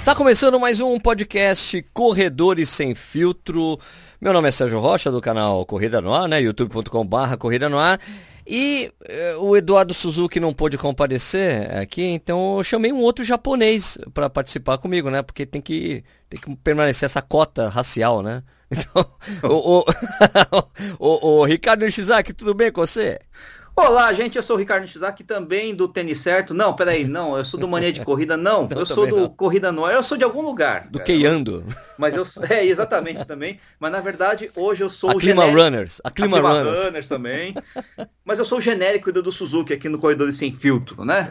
Está começando mais um podcast Corredores Sem Filtro. Meu nome é Sérgio Rocha, do canal Corrida no Ar, né? youtube.com/Corrida no Ar. E o Eduardo Suzuki não pôde comparecer aqui, então eu chamei um outro japonês para participar comigo, né? Porque tem que permanecer essa cota racial, né? Então, o Ricardo Nishizaki, tudo bem com você? Olá, gente, eu sou o Ricardo Nishizaki, também do Tênis Certo. Não, peraí, não, eu sou do Mania de Corrida, não. Eu sou do Corrida no Ar, eu sou de algum lugar. Do Keiando. Mas eu exatamente também. Mas na verdade, hoje eu sou o genérico. A Clima Runners também. Mas eu sou o genérico do Suzuki aqui no Corredores Sem Filtro, né?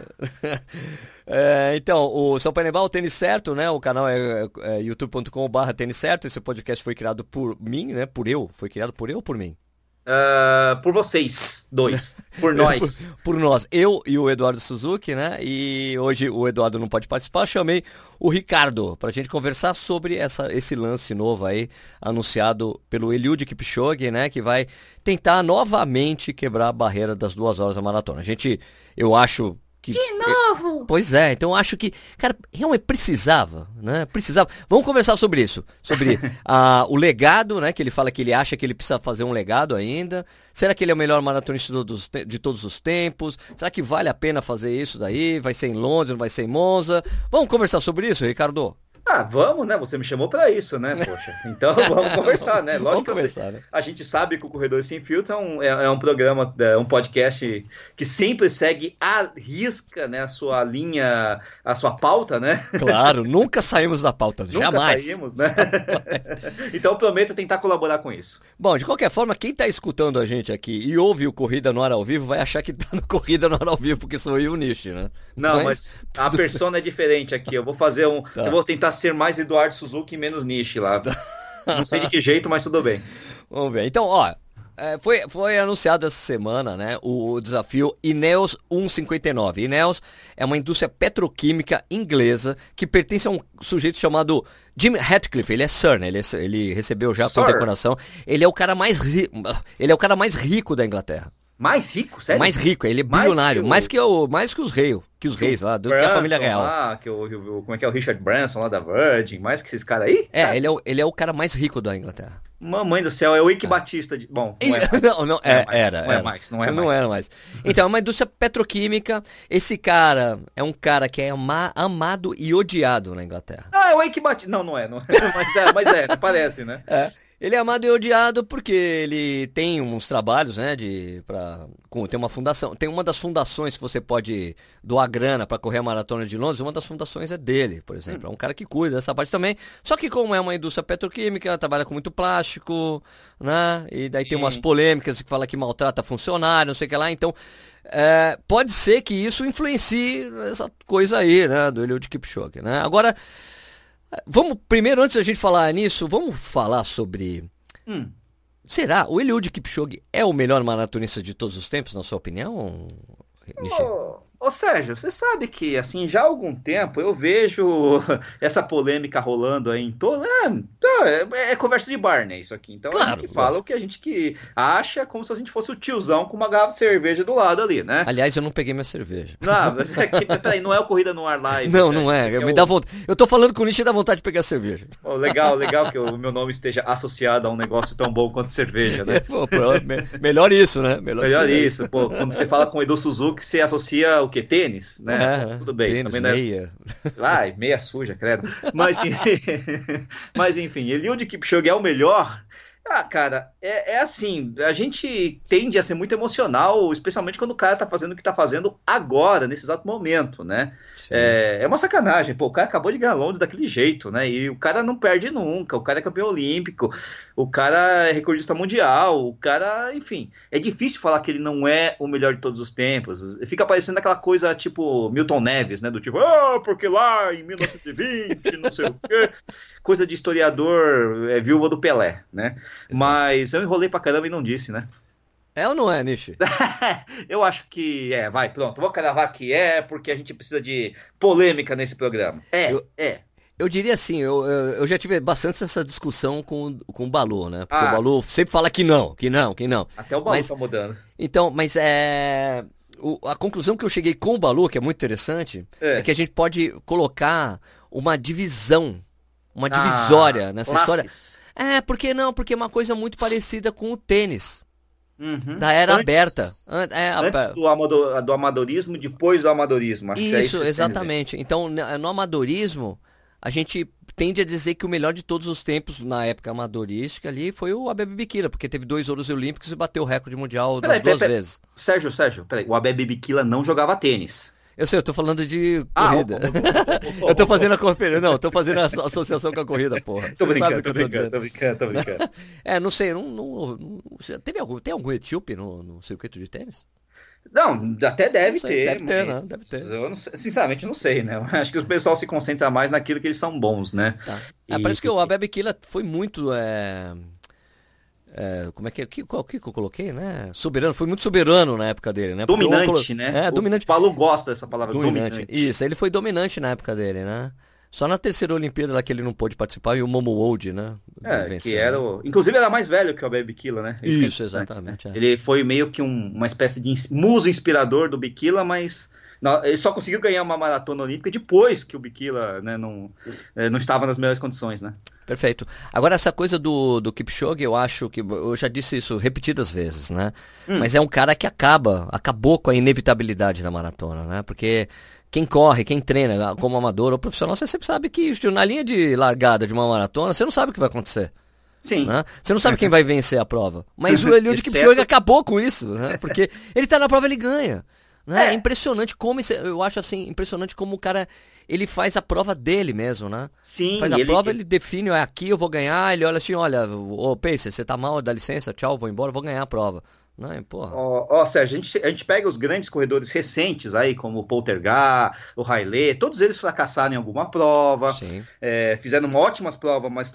Então, o São Painebal, o Tênis Certo, né? O canal é youtube.com/Tênis Certo. Esse podcast foi criado por mim, né? Foi criado por eu ou por mim? Por vocês dois, por nós. Por nós, eu e o Eduardo Suzuki, né? E hoje o Eduardo não pode participar, chamei o Ricardo pra gente conversar sobre esse lance novo aí, anunciado pelo Eliud Kipchoge, né? Que vai tentar novamente quebrar a barreira das 2 horas da maratona. Eu acho que... De novo! Pois é, então eu acho que, cara, realmente precisava, né? Precisava. Vamos conversar sobre isso, sobre o legado, né? Que ele fala que ele acha que ele precisa fazer um legado ainda. Será que ele é o melhor maratonista de todos os tempos? Será que vale a pena fazer isso daí? Vai ser em Londres, não vai ser em Monza? Vamos conversar sobre isso, Ricardo? Vamos, né? Você me chamou pra isso, né? Poxa, então vamos conversar, né? Lógico né? A gente sabe que o Corredores Sem Filtro é um programa, um podcast que sempre segue à risca, né? A sua linha, a sua pauta, né? Claro, nunca saímos da pauta, jamais. Nunca saímos, né? Então eu prometo tentar colaborar com isso. Bom, de qualquer forma, quem tá escutando a gente aqui e ouve o Corrida no Ar ao Vivo vai achar que tá no Corrida no Ar ao Vivo, porque sou eu e o Nishi, né? Não, mas a persona é diferente aqui. Eu vou fazer eu vou tentar ser mais Eduardo Suzuki e menos Nishi lá. Não sei de que jeito, mas tudo bem. Vamos ver. Então, foi anunciado essa semana, né, o desafio Ineos 159. Ineos é uma indústria petroquímica inglesa que pertence a um sujeito chamado Jim Ratcliffe. Ele é Sir, né? Ele recebeu já a condecoração. Ele é o cara mais rico da Inglaterra. Mais rico, sério? Mais rico, ele é bilionário, mais que os reis lá, que a família real. Lá, como é que é o Richard Branson lá da Virgin, mais que esses caras aí? Ele é o cara mais rico da Inglaterra. Mamãe do céu, é o Ike Batista de... Bom, não era mais. Então, é uma indústria petroquímica. Esse cara é um cara que é amado e odiado na Inglaterra. É o Ike Batista. Não é. Mas parece, né? Ele é amado e odiado porque ele tem uns trabalhos, né, tem uma fundação, tem uma das fundações que você pode doar grana para correr a Maratona de Londres, uma das fundações é dele, por exemplo, é um cara que cuida dessa parte também, só que como é uma indústria petroquímica, trabalha com muito plástico, né, e daí tem umas polêmicas que fala que maltrata funcionário, não sei o que lá, então pode ser que isso influencie essa coisa aí, né, do Eliud Kipchoge, né, agora... Vamos, primeiro, antes da gente falar nisso, vamos falar sobre... Será? O Eliud Kipchoge é o melhor maratonista de todos os tempos, na sua opinião, Nishi? Ô Sérgio, você sabe que, assim, já há algum tempo eu vejo essa polêmica rolando aí em todo... É conversa de bar, né, isso aqui. Então claro, a gente fala o que a gente que acha, como se a gente fosse o tiozão com uma garrafa de cerveja do lado ali, né? Aliás, eu não peguei minha cerveja. Não, mas peraí, não é o Corrida no Ar Live. Não é. Eu tô falando com o Nishi e dá vontade de pegar cerveja. Legal que o meu nome esteja associado a um negócio tão bom quanto cerveja, né? Melhor isso, né? Melhor isso. Pô, quando você fala com o Edu Suzuki, você associa o quê? Tênis, né? Tudo bem. Tênis, também, meia. Né? Meia suja, credo. Mas enfim, Eliud Kipchoge é o melhor. Cara, é assim, a gente tende a ser muito emocional, especialmente quando o cara tá fazendo o que tá fazendo agora, nesse exato momento, né? É uma sacanagem, pô, o cara acabou de ganhar Londres daquele jeito, né? E o cara não perde nunca, o cara é campeão olímpico, o cara é recordista mundial, o cara, enfim, é difícil falar que ele não é o melhor de todos os tempos, fica parecendo aquela coisa tipo Milton Neves, né? Do tipo, porque lá em 1920, não sei o quê... Coisa de historiador viúva do Pelé, né? Exato. Mas eu enrolei pra caramba e não disse, né? É ou não é, Nishi? Eu acho que vai, pronto. Vou cravar que porque a gente precisa de polêmica nesse programa. Eu diria assim, eu já tive bastante essa discussão com o Balu, né? Porque o Balu sempre fala que não. Até o Balu tá mudando. Então, mas a conclusão que eu cheguei com o Balu, que é muito interessante, é que a gente pode colocar uma divisão, uma divisória nessa classes. história. Porque é uma coisa muito parecida com o tênis. Uhum. Da era aberta. Antes do amadorismo, depois do amadorismo. Acho que é isso exatamente. Então, no amadorismo, a gente tende a dizer que o melhor de todos os tempos, na época amadorística ali, foi o Abebe Bikila, porque teve 2 ouros olímpicos e bateu o recorde mundial duas vezes. Sérgio, peraí. O Abebe Bikila não jogava tênis. Eu sei, eu tô falando de corrida. Eu tô fazendo a conferência. Não, tô fazendo a associação com a corrida, porra. Tô brincando. Não sei, tem algum etíope no circuito de tênis? Não, até deve ter. Deve ter, né? Deve ter. Eu sinceramente não sei, né? Eu acho que o pessoal se concentra mais naquilo que eles são bons, né? Tá. Parece que o Abebe Bikila foi muito... como é que qual que eu coloquei, né? Soberano, foi muito soberano na época dele, né? Dominante, né? Dominante. O Paulo gosta dessa palavra, dominante. Isso, ele foi dominante na época dele, né? Só na terceira Olimpíada lá que ele não pôde participar, e o Momo Old, né? Que era inclusive era mais velho que o Abebe Bikila, né? Isso, exatamente. Ele foi meio que uma espécie de muso inspirador do Bikila, mas ele só conseguiu ganhar uma maratona olímpica depois que o Bikila, né, não estava nas melhores condições, né? Perfeito. Agora, essa coisa do Kipchoge, eu acho que... Eu já disse isso repetidas vezes, né? Mas é um cara que acabou com a inevitabilidade da maratona, né? Porque quem corre, quem treina como amador ou profissional, você sempre sabe que na linha de largada de uma maratona, você não sabe o que vai acontecer. Sim. Né? Você não sabe quem vai vencer a prova. Mas o Eliud Kipchoge acabou com isso, né? Porque ele tá na prova, ele ganha. Né? É impressionante como, eu acho assim, impressionante como o cara, ele faz a prova dele mesmo, né? Sim. Faz a prova, ele define, aqui eu vou ganhar, ele olha assim, olha, Pacer, você tá mal, dá licença, tchau, vou embora, vou ganhar a prova. Não, porra. Sérgio, a gente pega os grandes corredores recentes aí, como o Poltergar, o Haile, todos eles fracassaram em alguma prova, fizeram ótimas provas, mas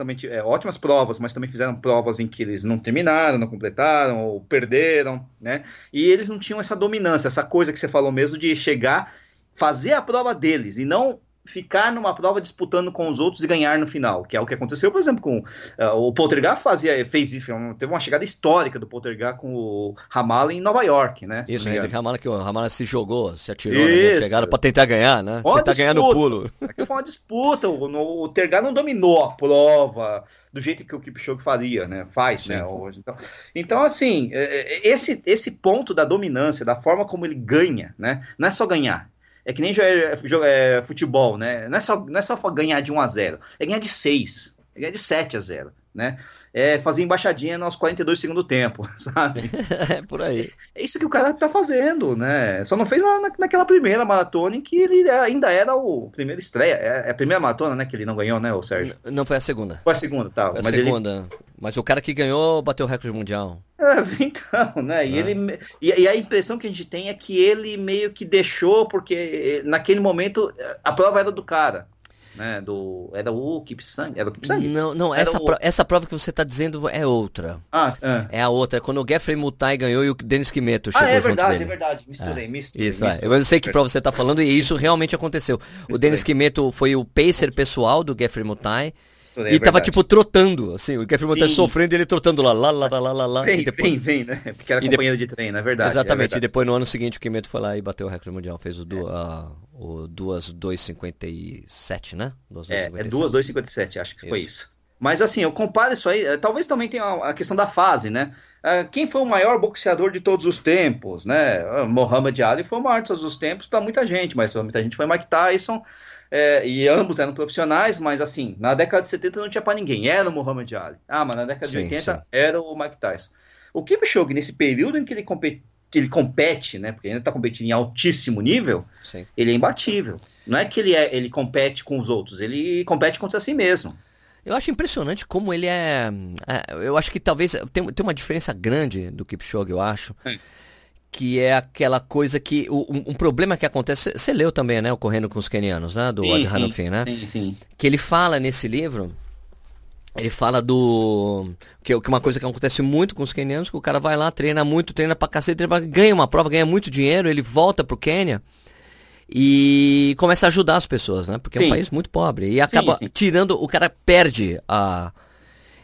também fizeram provas em que eles não terminaram, não completaram, ou perderam, né? E eles não tinham essa dominância, essa coisa que você falou mesmo de chegar, fazer a prova deles, e não ficar numa prova disputando com os outros e ganhar no final, que é o que aconteceu, por exemplo, com o Poltergar fez isso, teve uma chegada histórica do Poltergar com o Hamala em Nova York, né? Isso, Hamala, que o Hamala se jogou, se atirou na chegada pra tentar ganhar, né? Ganhar no pulo. Aqui foi uma disputa, o Tergar não dominou a prova do jeito que o Kipchoge faria, né? Né? Hoje. Então, assim, esse ponto da dominância, da forma como ele ganha, né? Não é só ganhar. É que nem futebol, né? Não é só ganhar de 1-0, é ganhar de 6, é ganhar de 7-0, né? É fazer embaixadinha nos 42 do segundo tempo, sabe? Por aí. É isso que o cara tá fazendo, né? Só não fez naquela primeira maratona em que ele ainda era o primeiro estreia. É a primeira maratona, né, que ele não ganhou, né, o Sérgio? Não, foi a segunda. Foi a segunda, tá. Foi a segunda. Mas o cara que ganhou bateu o recorde mundial. Então, né? E a impressão que a gente tem é que ele meio que deixou, porque naquele momento a prova era do cara. Né, era o Kipsang? Era o Kipsang? Não, essa prova que você está dizendo é outra. É a outra, é quando o Geoffrey Mutai ganhou e o Denis Kimetto chegou junto dele. É verdade, misturei. Isso, eu sei que prova você está falando e isso realmente aconteceu. O Denis Kimetto foi o pacer pessoal do Geoffrey Mutai. E tava tipo trotando, assim, o Geoffrey Mutai sofrendo e ele trotando lá. Vem, né? Porque era companheiro de treino, é verdade. Exatamente, e depois no ano seguinte o Kimetto foi lá e bateu o recorde mundial, fez o 2:57, né? 2:57, acho que foi isso. Mas assim, eu comparo isso aí, talvez também tenha a questão da fase, né? Quem foi o maior boxeador de todos os tempos, né? Muhammad Ali foi o maior de todos os tempos para muita gente, mas para muita gente foi Mike Tyson. E ambos eram profissionais, mas assim, na década de 70 não tinha pra ninguém, era o Muhammad Ali. Mas na década de 80 era o Mike Tyson. O Kipchoge, nesse período em que ele compete, né, porque ainda tá competindo em altíssimo nível, ele é imbatível. Não é que ele compete com os outros, ele compete contra si mesmo. Eu acho impressionante como ele eu acho que talvez tem uma diferença grande do Kipchoge, eu acho. Que é aquela coisa que... Um problema que acontece... Você leu também, né? Ocorrendo com os quenianos, né? Do Adi Hanafin, né? Sim. Que ele fala nesse livro... Ele fala que uma coisa que acontece muito com os quenianos, que o cara vai lá, treina muito, treina pra cacete, ganha uma prova, ganha muito dinheiro, ele volta pro Quênia e começa a ajudar as pessoas, né? Porque é um país muito pobre. E acaba tirando... O cara perde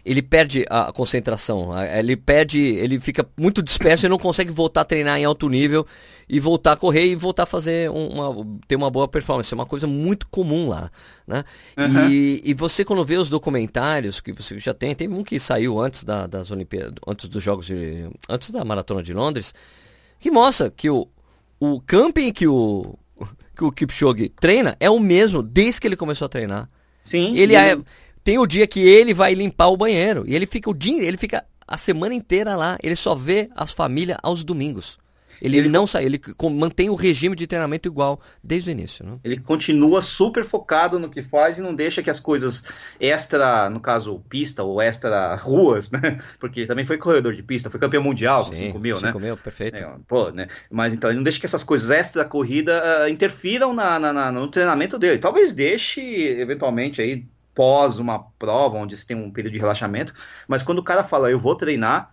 ele perde a concentração, ele fica muito disperso e não consegue voltar a treinar em alto nível e voltar a correr e voltar a fazer ter uma boa performance. É uma coisa muito comum lá, né? E você, quando vê os documentários que você já tem um que saiu antes das Olimpíadas, antes dos Jogos antes da Maratona de Londres, que mostra que o camping que o Kipchoge treina é o mesmo desde que ele começou a treinar. Sim. Tem o dia que ele vai limpar o banheiro. E ele fica a semana inteira lá. Ele só vê as famílias aos domingos. Ele não sai, ele mantém o regime de treinamento igual desde o início, né? Ele continua super focado no que faz e não deixa que as coisas extra, no caso pista ou extra ruas, né? Porque também foi corredor de pista, foi campeão mundial com 5 mil, né? 5 mil, perfeito. Pô, né? Mas então ele não deixa que essas coisas extra corrida interfiram no treinamento dele. Talvez deixe, eventualmente, aí pós uma prova onde você tem um período de relaxamento, mas quando o cara fala, eu vou treinar,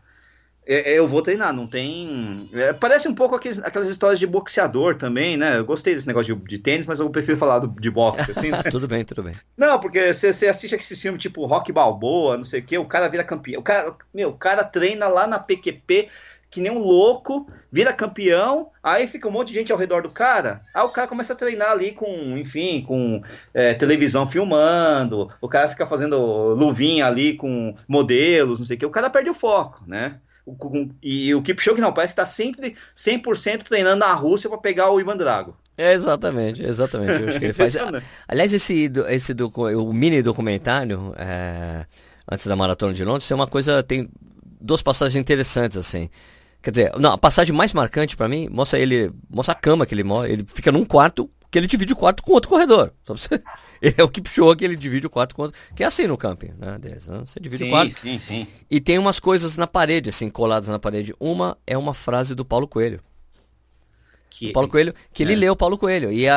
não tem... parece um pouco aquelas histórias de boxeador também, né? Eu gostei desse negócio de tênis, mas eu prefiro falar de boxe, assim, né? Tudo bem. Não, porque você assiste esse filme tipo Rock Balboa, não sei o quê, o cara vira campeão. O cara treina lá na PQP que nem um louco, vira campeão, aí fica um monte de gente ao redor do cara, aí o cara começa a treinar ali com televisão filmando, o cara fica fazendo luvinha ali com modelos, não sei o que, o cara perde o foco, né? E o Kipchoge não, parece que tá sempre 100% treinando na Rússia para pegar o Ivan Drago. Exatamente. Eu acho que ele faz. Aliás, o mini documentário, antes da Maratona de Londres, é uma coisa, tem duas passagens interessantes, assim. Quer dizer, não, a passagem mais marcante pra mim mostra a cama que ele mora. Ele fica num quarto que ele divide o quarto com outro corredor. Só pra você... Ele é o Kipchoge que ele divide o quarto com outro. Que é assim no camping, né? Você divide o quarto. Sim. E tem umas coisas na parede, assim, coladas na parede. Uma é uma frase do Paulo Coelho. Ele leu Paulo Coelho. E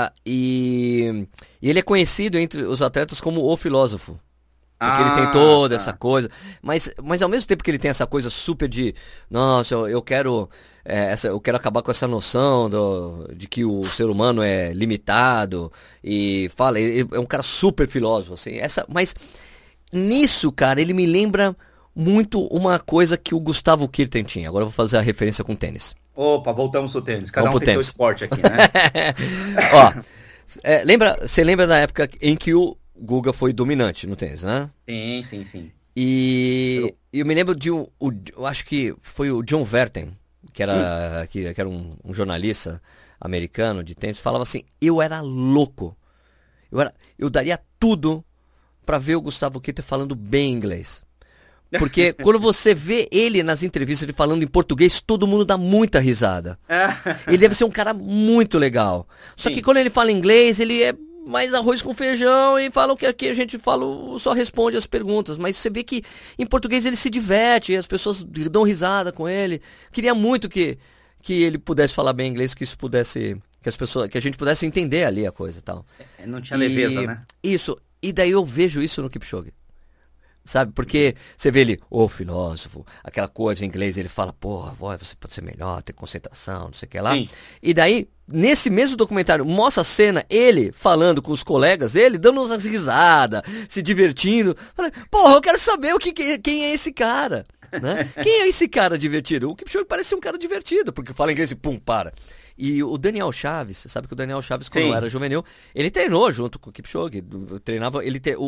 ele é conhecido entre os atletas como o filósofo. Porque ele tem toda essa coisa. Mas ao mesmo tempo que ele tem essa coisa super de... Nossa, eu quero acabar com essa noção de que o ser humano é limitado. E fala... Ele é um cara super filósofo, assim. Mas nisso, cara, ele me lembra muito uma coisa que o Gustavo Kirten tinha. Agora eu vou fazer a referência com tênis. Opa, voltamos pro tênis. Cada um tem seu esporte aqui, né? Ó, você lembra da época em que o Guga foi dominante no tênis, né? Sim. E eu me lembro eu acho que foi o John Verten, que era um jornalista americano de tênis, falava assim, eu era louco. Eu daria tudo pra ver o Gustavo Kirten falando bem inglês. Porque quando você vê ele nas entrevistas, ele falando em português, todo mundo dá muita risada. Ele deve ser um cara muito legal. Só que quando ele fala inglês, ele é mais arroz com feijão e fala o que aqui a gente fala, só responde as perguntas. Mas você vê que em português ele se diverte, as pessoas dão risada com ele. Queria muito que ele pudesse falar bem inglês, que isso pudesse, que a gente pudesse entender ali a coisa e tal. Não tinha leveza, né? Isso, e daí eu vejo isso no Kipchoge. Sabe, porque você vê ele, o filósofo, aquela coisa em inglês, ele fala, porra, você pode ser melhor, ter concentração, não sei o que lá. Sim. E daí, nesse mesmo documentário, mostra a cena, ele falando com os colegas, ele dando umas risadas, se divertindo. Falei, porra, eu quero saber quem é esse cara, né? Quem é esse cara divertido? O Kipchoge parece ser um cara divertido, porque fala inglês e pum, para. E o Daniel Chaves, você sabe que o Daniel Chaves, quando era juvenil, ele treinou junto com o Kipchoge, treinava,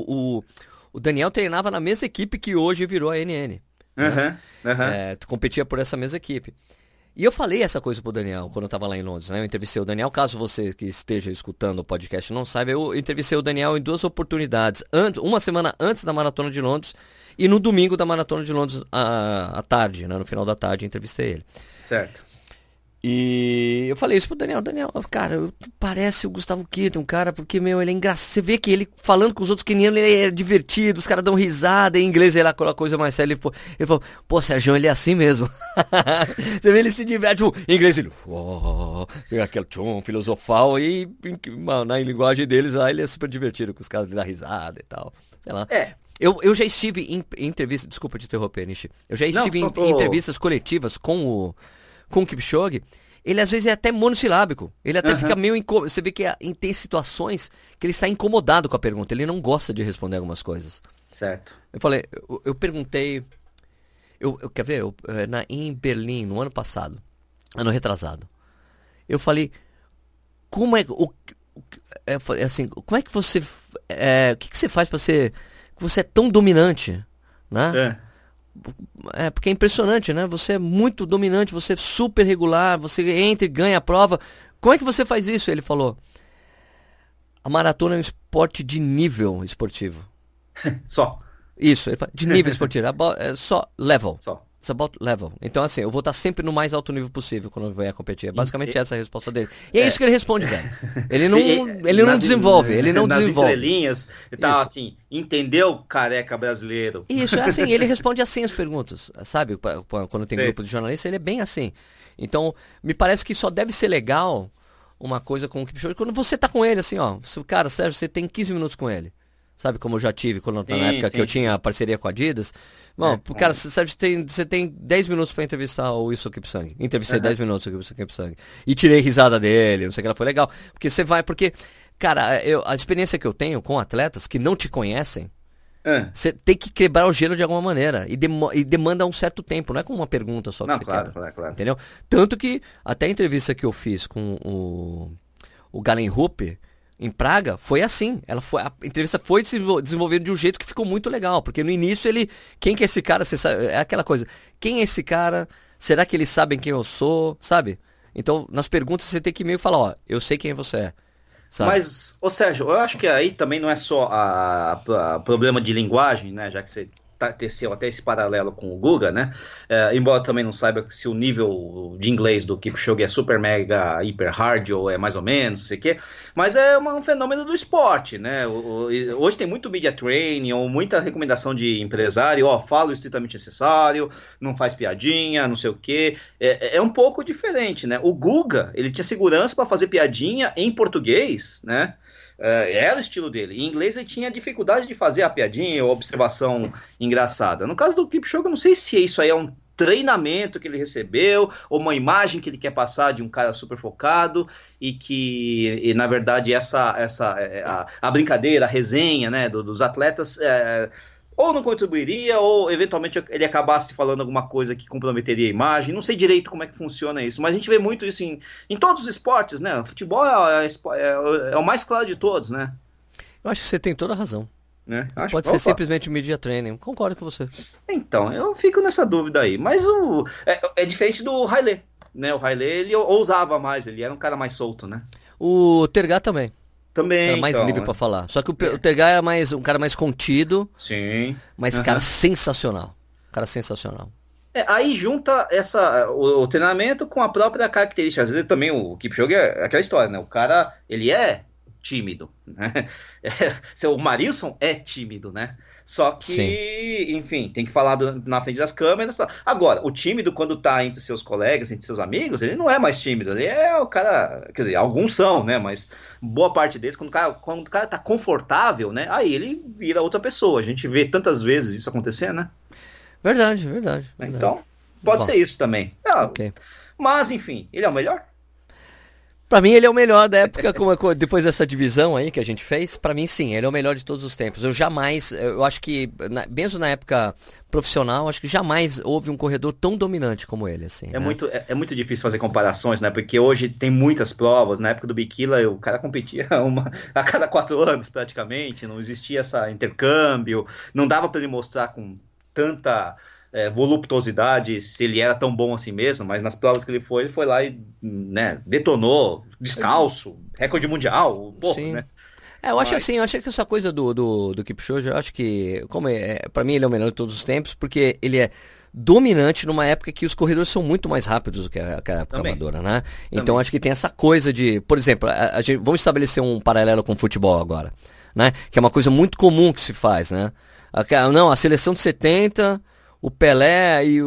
o Daniel treinava na mesma equipe que hoje virou a NN. Competia por essa mesma equipe. E eu falei essa coisa pro Daniel quando eu tava lá em Londres, né? Eu entrevistei o Daniel, caso você que esteja escutando o podcast não saiba, eu entrevistei o Daniel em duas oportunidades. Uma semana antes da Maratona de Londres e no domingo da Maratona de Londres à tarde, né? No final da tarde, entrevistei ele. Certo. E eu falei isso pro Daniel, cara, parece o Gustavo Kirten, um cara, porque, ele é engraçado, você vê que ele falando com os outros quenianos, ele é divertido, os caras dão risada, em inglês ele é aquela coisa mais séria, ele falou, pô, Sérgio, ele é assim mesmo. Você vê ele se diverte, em inglês ele, aquele tchum, filosofal, e na linguagem deles lá, ele é super divertido, com os caras dão risada e tal, sei lá. Eu já estive em entrevistas, desculpa te interromper, Nishi, eu já estive em entrevistas coletivas com o Kipchoge, ele às vezes é até monossilábico. Ele até fica meio incômodo. Você vê que tem situações que ele está incomodado com a pergunta. Ele não gosta de responder algumas coisas. Certo. Eu falei, eu perguntei, quer ver, em Berlim, no ano passado, ano retrasado, eu falei, como é assim, como é que você, o que você faz para ser, que você é tão dominante, né? Porque é impressionante, né? Você é muito dominante, você é super regular, você entra e ganha a prova. Como é que você faz isso? Ele falou, a maratona é um esporte de nível esportivo. Só. Isso, ele fala, de nível esportivo, é só level. Só. It's about level. Então, assim, eu vou estar sempre no mais alto nível possível quando eu vier competir. É basicamente essa a resposta dele. E é isso que ele responde, velho. Ele não desenvolve, ele não desenvolve. Nas entrelinhas, ele tá assim, entendeu, careca brasileiro? Isso, é assim, ele responde assim as perguntas, sabe? Quando tem grupo de jornalistas, ele é bem assim. Então, me parece que só deve ser legal uma coisa com o Kipchoge quando você tá com ele, assim, ó. Cara, Sérgio, você tem 15 minutos com ele. Sabe como eu já tive na época que eu tinha parceria com a Adidas? Bom, cara, você tem 10 minutos pra entrevistar o Wilson Kipsang. Entrevistei 10 minutos o Wilson Kipsang. E tirei risada dele, não sei o que, ela foi legal. Porque, cara, a experiência que eu tenho com atletas que não te conhecem, você tem que quebrar o gelo de alguma maneira. E demanda um certo tempo, não é com uma pergunta só que você quer. Claro. Entendeu? Tanto que até a entrevista que eu fiz com o Galen Rupp, em Praga, foi assim. A entrevista foi desenvolvida de um jeito que ficou muito legal. Porque no início quem que é esse cara? Você sabe, é aquela coisa. Quem é esse cara? Será que eles sabem quem eu sou? Sabe? Então, nas perguntas você tem que meio falar, ó, eu sei quem você é. Sabe? Mas, Sérgio, eu acho que aí também não é só a problema de linguagem, né? Já que você teceu até esse paralelo com o Guga, né? Embora também não saiba se o nível de inglês do Kipchoge é super mega hiper hard ou é mais ou menos, não sei o quê, mas é um fenômeno do esporte, né? Hoje tem muito media training ou muita recomendação de empresário, fala o estritamente necessário, não faz piadinha, não sei o quê. É um pouco diferente, né? O Guga, ele tinha segurança para fazer piadinha em português, né? Era o estilo dele. Em inglês ele tinha dificuldade de fazer a piadinha ou a observação engraçada. No caso do Kipchoge, eu não sei se isso aí é um treinamento que ele recebeu ou uma imagem que ele quer passar de um cara super focado e que, na verdade, a brincadeira, a resenha, né, dos atletas ou não contribuiria, ou eventualmente ele acabasse falando alguma coisa que comprometeria a imagem. Não sei direito como é que funciona isso, mas a gente vê muito isso em todos os esportes, né? O futebol é o mais claro de todos, né? Eu acho que você tem toda a razão. Pode ser simplesmente media training. Concordo com você. Então, eu fico nessa dúvida aí. Mas é diferente do Haile, né? O Haile, ele ousava mais, ele era um cara mais solto, né? O Tergat também. Também, era mais livre pra falar. Só que o Tergat era um cara mais contido. Sim. Mas, cara, sensacional. Cara sensacional. Aí junta o treinamento com a própria característica. Às vezes também o Kipchoge é aquela história, né? O cara, ele é tímido, né? O Marilson é tímido, né? Só que, sim, enfim, tem que falar na frente das câmeras. Agora, o tímido, quando tá entre seus colegas, entre seus amigos, ele não é mais tímido. Ele é o cara, quer dizer, alguns são, né? Mas boa parte deles, quando o cara tá confortável, né? Aí ele vira outra pessoa. A gente vê tantas vezes isso acontecer, né? Verdade. Então, pode ser isso também. Okay. Mas, enfim, ele é o melhor? Pra mim ele é o melhor da época, depois dessa divisão aí que a gente fez, pra mim sim, ele é o melhor de todos os tempos. Eu acho que, mesmo na época profissional, acho que jamais houve um corredor tão dominante como ele, assim. É muito difícil fazer comparações, né, porque hoje tem muitas provas, na época do Bikila o cara competia a cada 4 anos praticamente, não existia esse intercâmbio, não dava pra ele mostrar com tanta voluptuosidade, se ele era tão bom assim mesmo, mas nas provas que ele foi lá e, né, detonou, descalço, recorde mundial, porra, né? Eu acho assim, eu acho que essa coisa do Kipchoge, eu acho que, pra mim ele é o melhor de todos os tempos, porque ele é dominante numa época que os corredores são muito mais rápidos do que a época amadora, né? Então acho que tem essa coisa de, por exemplo, vamos estabelecer um paralelo com o futebol agora, né? Que é uma coisa muito comum que se faz, né? A seleção de 70... o Pelé e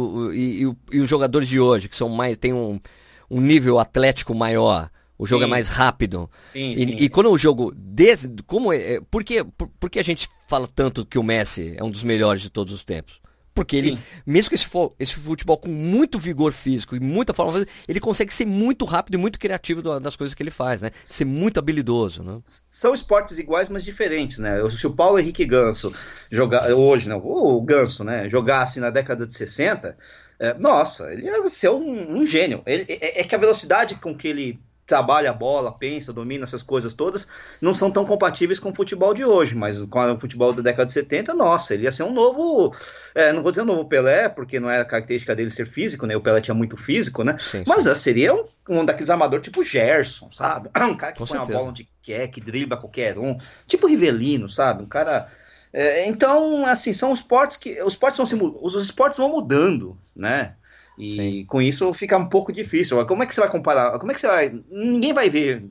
os jogadores de hoje, que tem um nível atlético maior, o jogo é mais rápido. Sim. E quando o jogo... Por que a gente fala tanto que o Messi é um dos melhores de todos os tempos? Porque ele, mesmo que esse futebol com muito vigor físico e muita forma, ele consegue ser muito rápido e muito criativo das coisas que ele faz, né? Ser muito habilidoso, né? São esportes iguais, mas diferentes, né? Se o Paulo Henrique Ganso hoje, né? O Ganso, né? Jogasse na década de 60, nossa, ele ia ser um gênio. É que a velocidade com que ele trabalha a bola, pensa, domina essas coisas todas, não são tão compatíveis com o futebol de hoje, mas com o futebol da década de 70, nossa, ele ia ser um novo, não vou dizer um novo Pelé, porque não é a característica dele ser físico, né, o Pelé tinha muito físico, né, sim. Mas seria um daqueles amadores tipo Gerson, sabe, um cara que põe a bola onde quer, que dribla qualquer um, tipo Rivelino, sabe, um cara... Então, assim, são esportes que... Os esportes vão mudando, né? E sim, com isso fica um pouco difícil. Como é que você vai comparar? Como é que você vai... Ninguém vai ver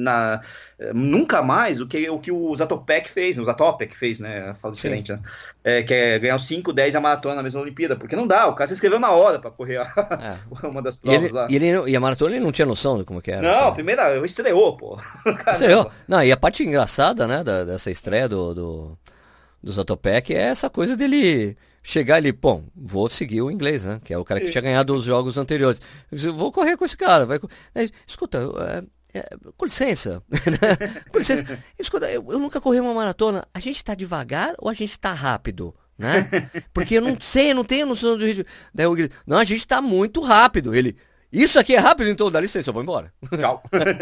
nunca mais o que o Zatopek fez, né? Falo diferente, né? Que é ganhar os 5, 10 a maratona na mesma Olimpíada, porque não dá, o cara se inscreveu na hora pra correr uma das provas lá. E a maratona ele não tinha noção de como que era. Não, primeira, estreou, pô. Estreou. Não, e a parte engraçada, né, dessa estreia do Zatopek é essa coisa dele... chegar ali, bom, vou seguir o inglês, né? Que é o cara que tinha ganhado os jogos anteriores. Eu vou correr com esse cara. Escuta, com licença. Com licença. Escuta, eu nunca corri uma maratona. A gente tá devagar ou a gente tá rápido? Né? Porque eu não sei, eu não tenho noção do ritmo. Daí eu grito, não, a gente tá muito rápido. Ele... Isso aqui é rápido, então dá licença, eu vou embora. Tchau.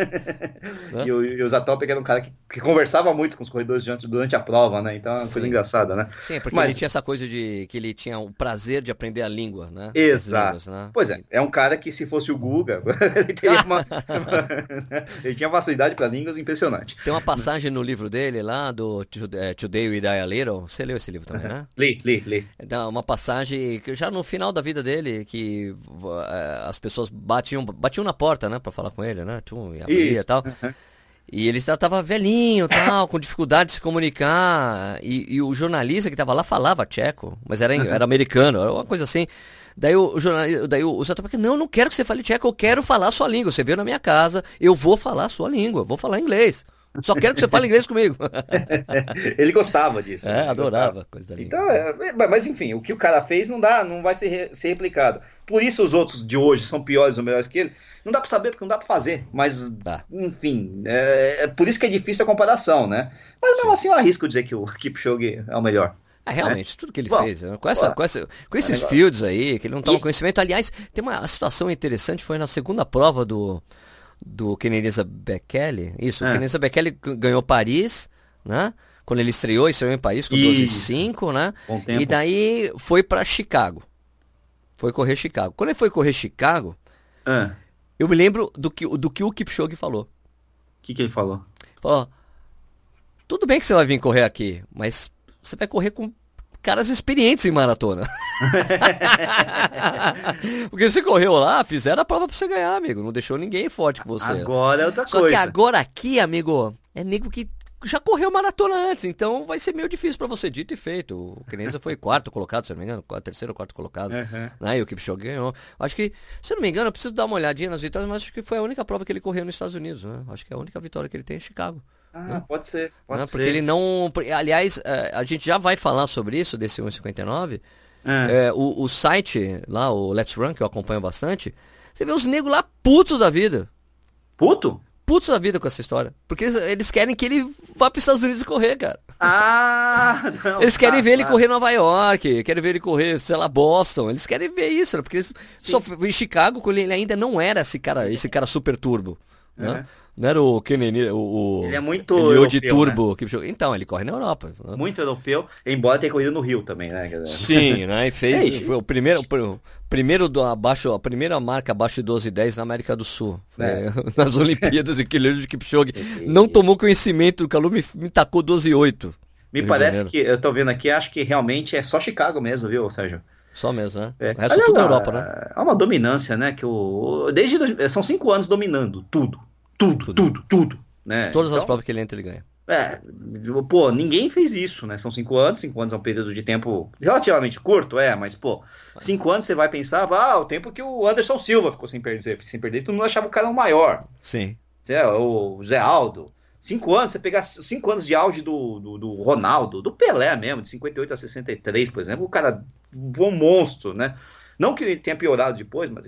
E o Zatopek era um cara que conversava muito com os corredores durante a prova, né? Então é uma coisa engraçada, né? Sim, porque ele tinha essa coisa de que ele tinha o prazer de aprender a língua, né? Exato. Línguas, né? Pois é um cara que se fosse o Guga, ele teria ele tinha facilidade para línguas impressionante. Tem uma passagem no livro dele lá, do Today We Die a Little. Você leu esse livro também, né? Li. Uma passagem que já no final da vida dele, que as pessoas batiam na porta, né, pra falar com ele, né, e abria e tal, e ele tava velhinho, tal, com dificuldade de se comunicar, e o jornalista que tava lá falava tcheco, mas era americano, era uma coisa assim. Daí o Zatopek, não quero que você fale tcheco, eu quero falar a sua língua, você veio na minha casa, eu vou falar a sua língua, vou falar inglês. Só quero que você fale inglês comigo. Ele gostava disso. Adorava coisa da língua. Então, mas enfim, o que o cara fez não vai ser replicado. Por isso os outros de hoje são piores ou melhores que ele. Não dá pra saber porque não dá pra fazer. Mas, enfim, por isso que é difícil a comparação, né? Mas mesmo assim eu arrisco dizer que o Kipchoge é o melhor. Realmente, tudo que ele fez, né? Com esses fields aí, que ele não toma conhecimento. Aliás, tem uma situação interessante, foi na segunda prova do Kenenisa Bekele. Isso, o Kenenisa Bekele ganhou Paris, né? Quando ele estreou em Paris com 12,5, né? E daí foi pra Chicago. Foi correr Chicago. Quando ele foi correr Chicago, eu me lembro do que o Kipchoge falou. O que ele falou? Falou, tudo bem que você vai vir correr aqui, mas você vai correr com caras experientes em maratona. Porque você correu lá, fizeram a prova pra você ganhar, amigo. Não deixou ninguém forte com você. Agora é outra coisa. Só que agora aqui, amigo, é nego que já correu maratona antes, então vai ser meio difícil pra você, dito e feito. O Kenenisa foi quarto colocado, se eu não me engano, terceiro ou quarto colocado. Né? E o Kipchoge ganhou. Acho que, se eu não me engano, eu preciso dar uma olhadinha nas vitórias, mas acho que foi a única prova que ele correu nos Estados Unidos, né? Acho que é a única vitória que ele tem em Chicago. Pode ser. Porque ele não... Aliás, a gente já vai falar sobre isso, desse 1,59. O site lá, o Let's Run, que eu acompanho bastante, você vê os negros lá putos da vida. Puto? Putos da vida com essa história. Porque eles querem que ele vá para os Estados Unidos correr, cara. Não, eles querem ver ele correr em Nova York, querem ver ele correr, sei lá, Boston. Eles querem ver isso, né? Porque eles só em Chicago, quando ele ainda não era esse cara super turbo, né? Não era o Kenenisa, ele é muito europeu, de turbo. Né? Então, ele corre na Europa. Né? Muito europeu, embora tenha corrido no Rio também, né? Sim, né? E fez foi a primeira marca abaixo de 12,10 na América do Sul. Nas Olimpíadas, aquele de Kipchoge. Não tomou conhecimento, o Calu me tacou 12,8. Me parece que, eu tô vendo aqui, acho que realmente é só Chicago mesmo, viu, Sérgio? Só mesmo, né? O resto tudo na Europa, né? Há uma dominância, né? São 5 anos dominando tudo. Tudo, né? Todas as provas que ele entra, ele ganha. Ninguém fez isso, né? São 5 anos é um período de tempo relativamente curto, mas, 5 anos você vai pensar, o tempo que o Anderson Silva ficou sem perder, todo mundo achava o cara o maior. Sim. O Zé Aldo, 5 anos, você pegar 5 anos de auge do Ronaldo, do Pelé mesmo, de 58 a 63, por exemplo, o cara foi um monstro, né? Não que ele tenha piorado depois, mas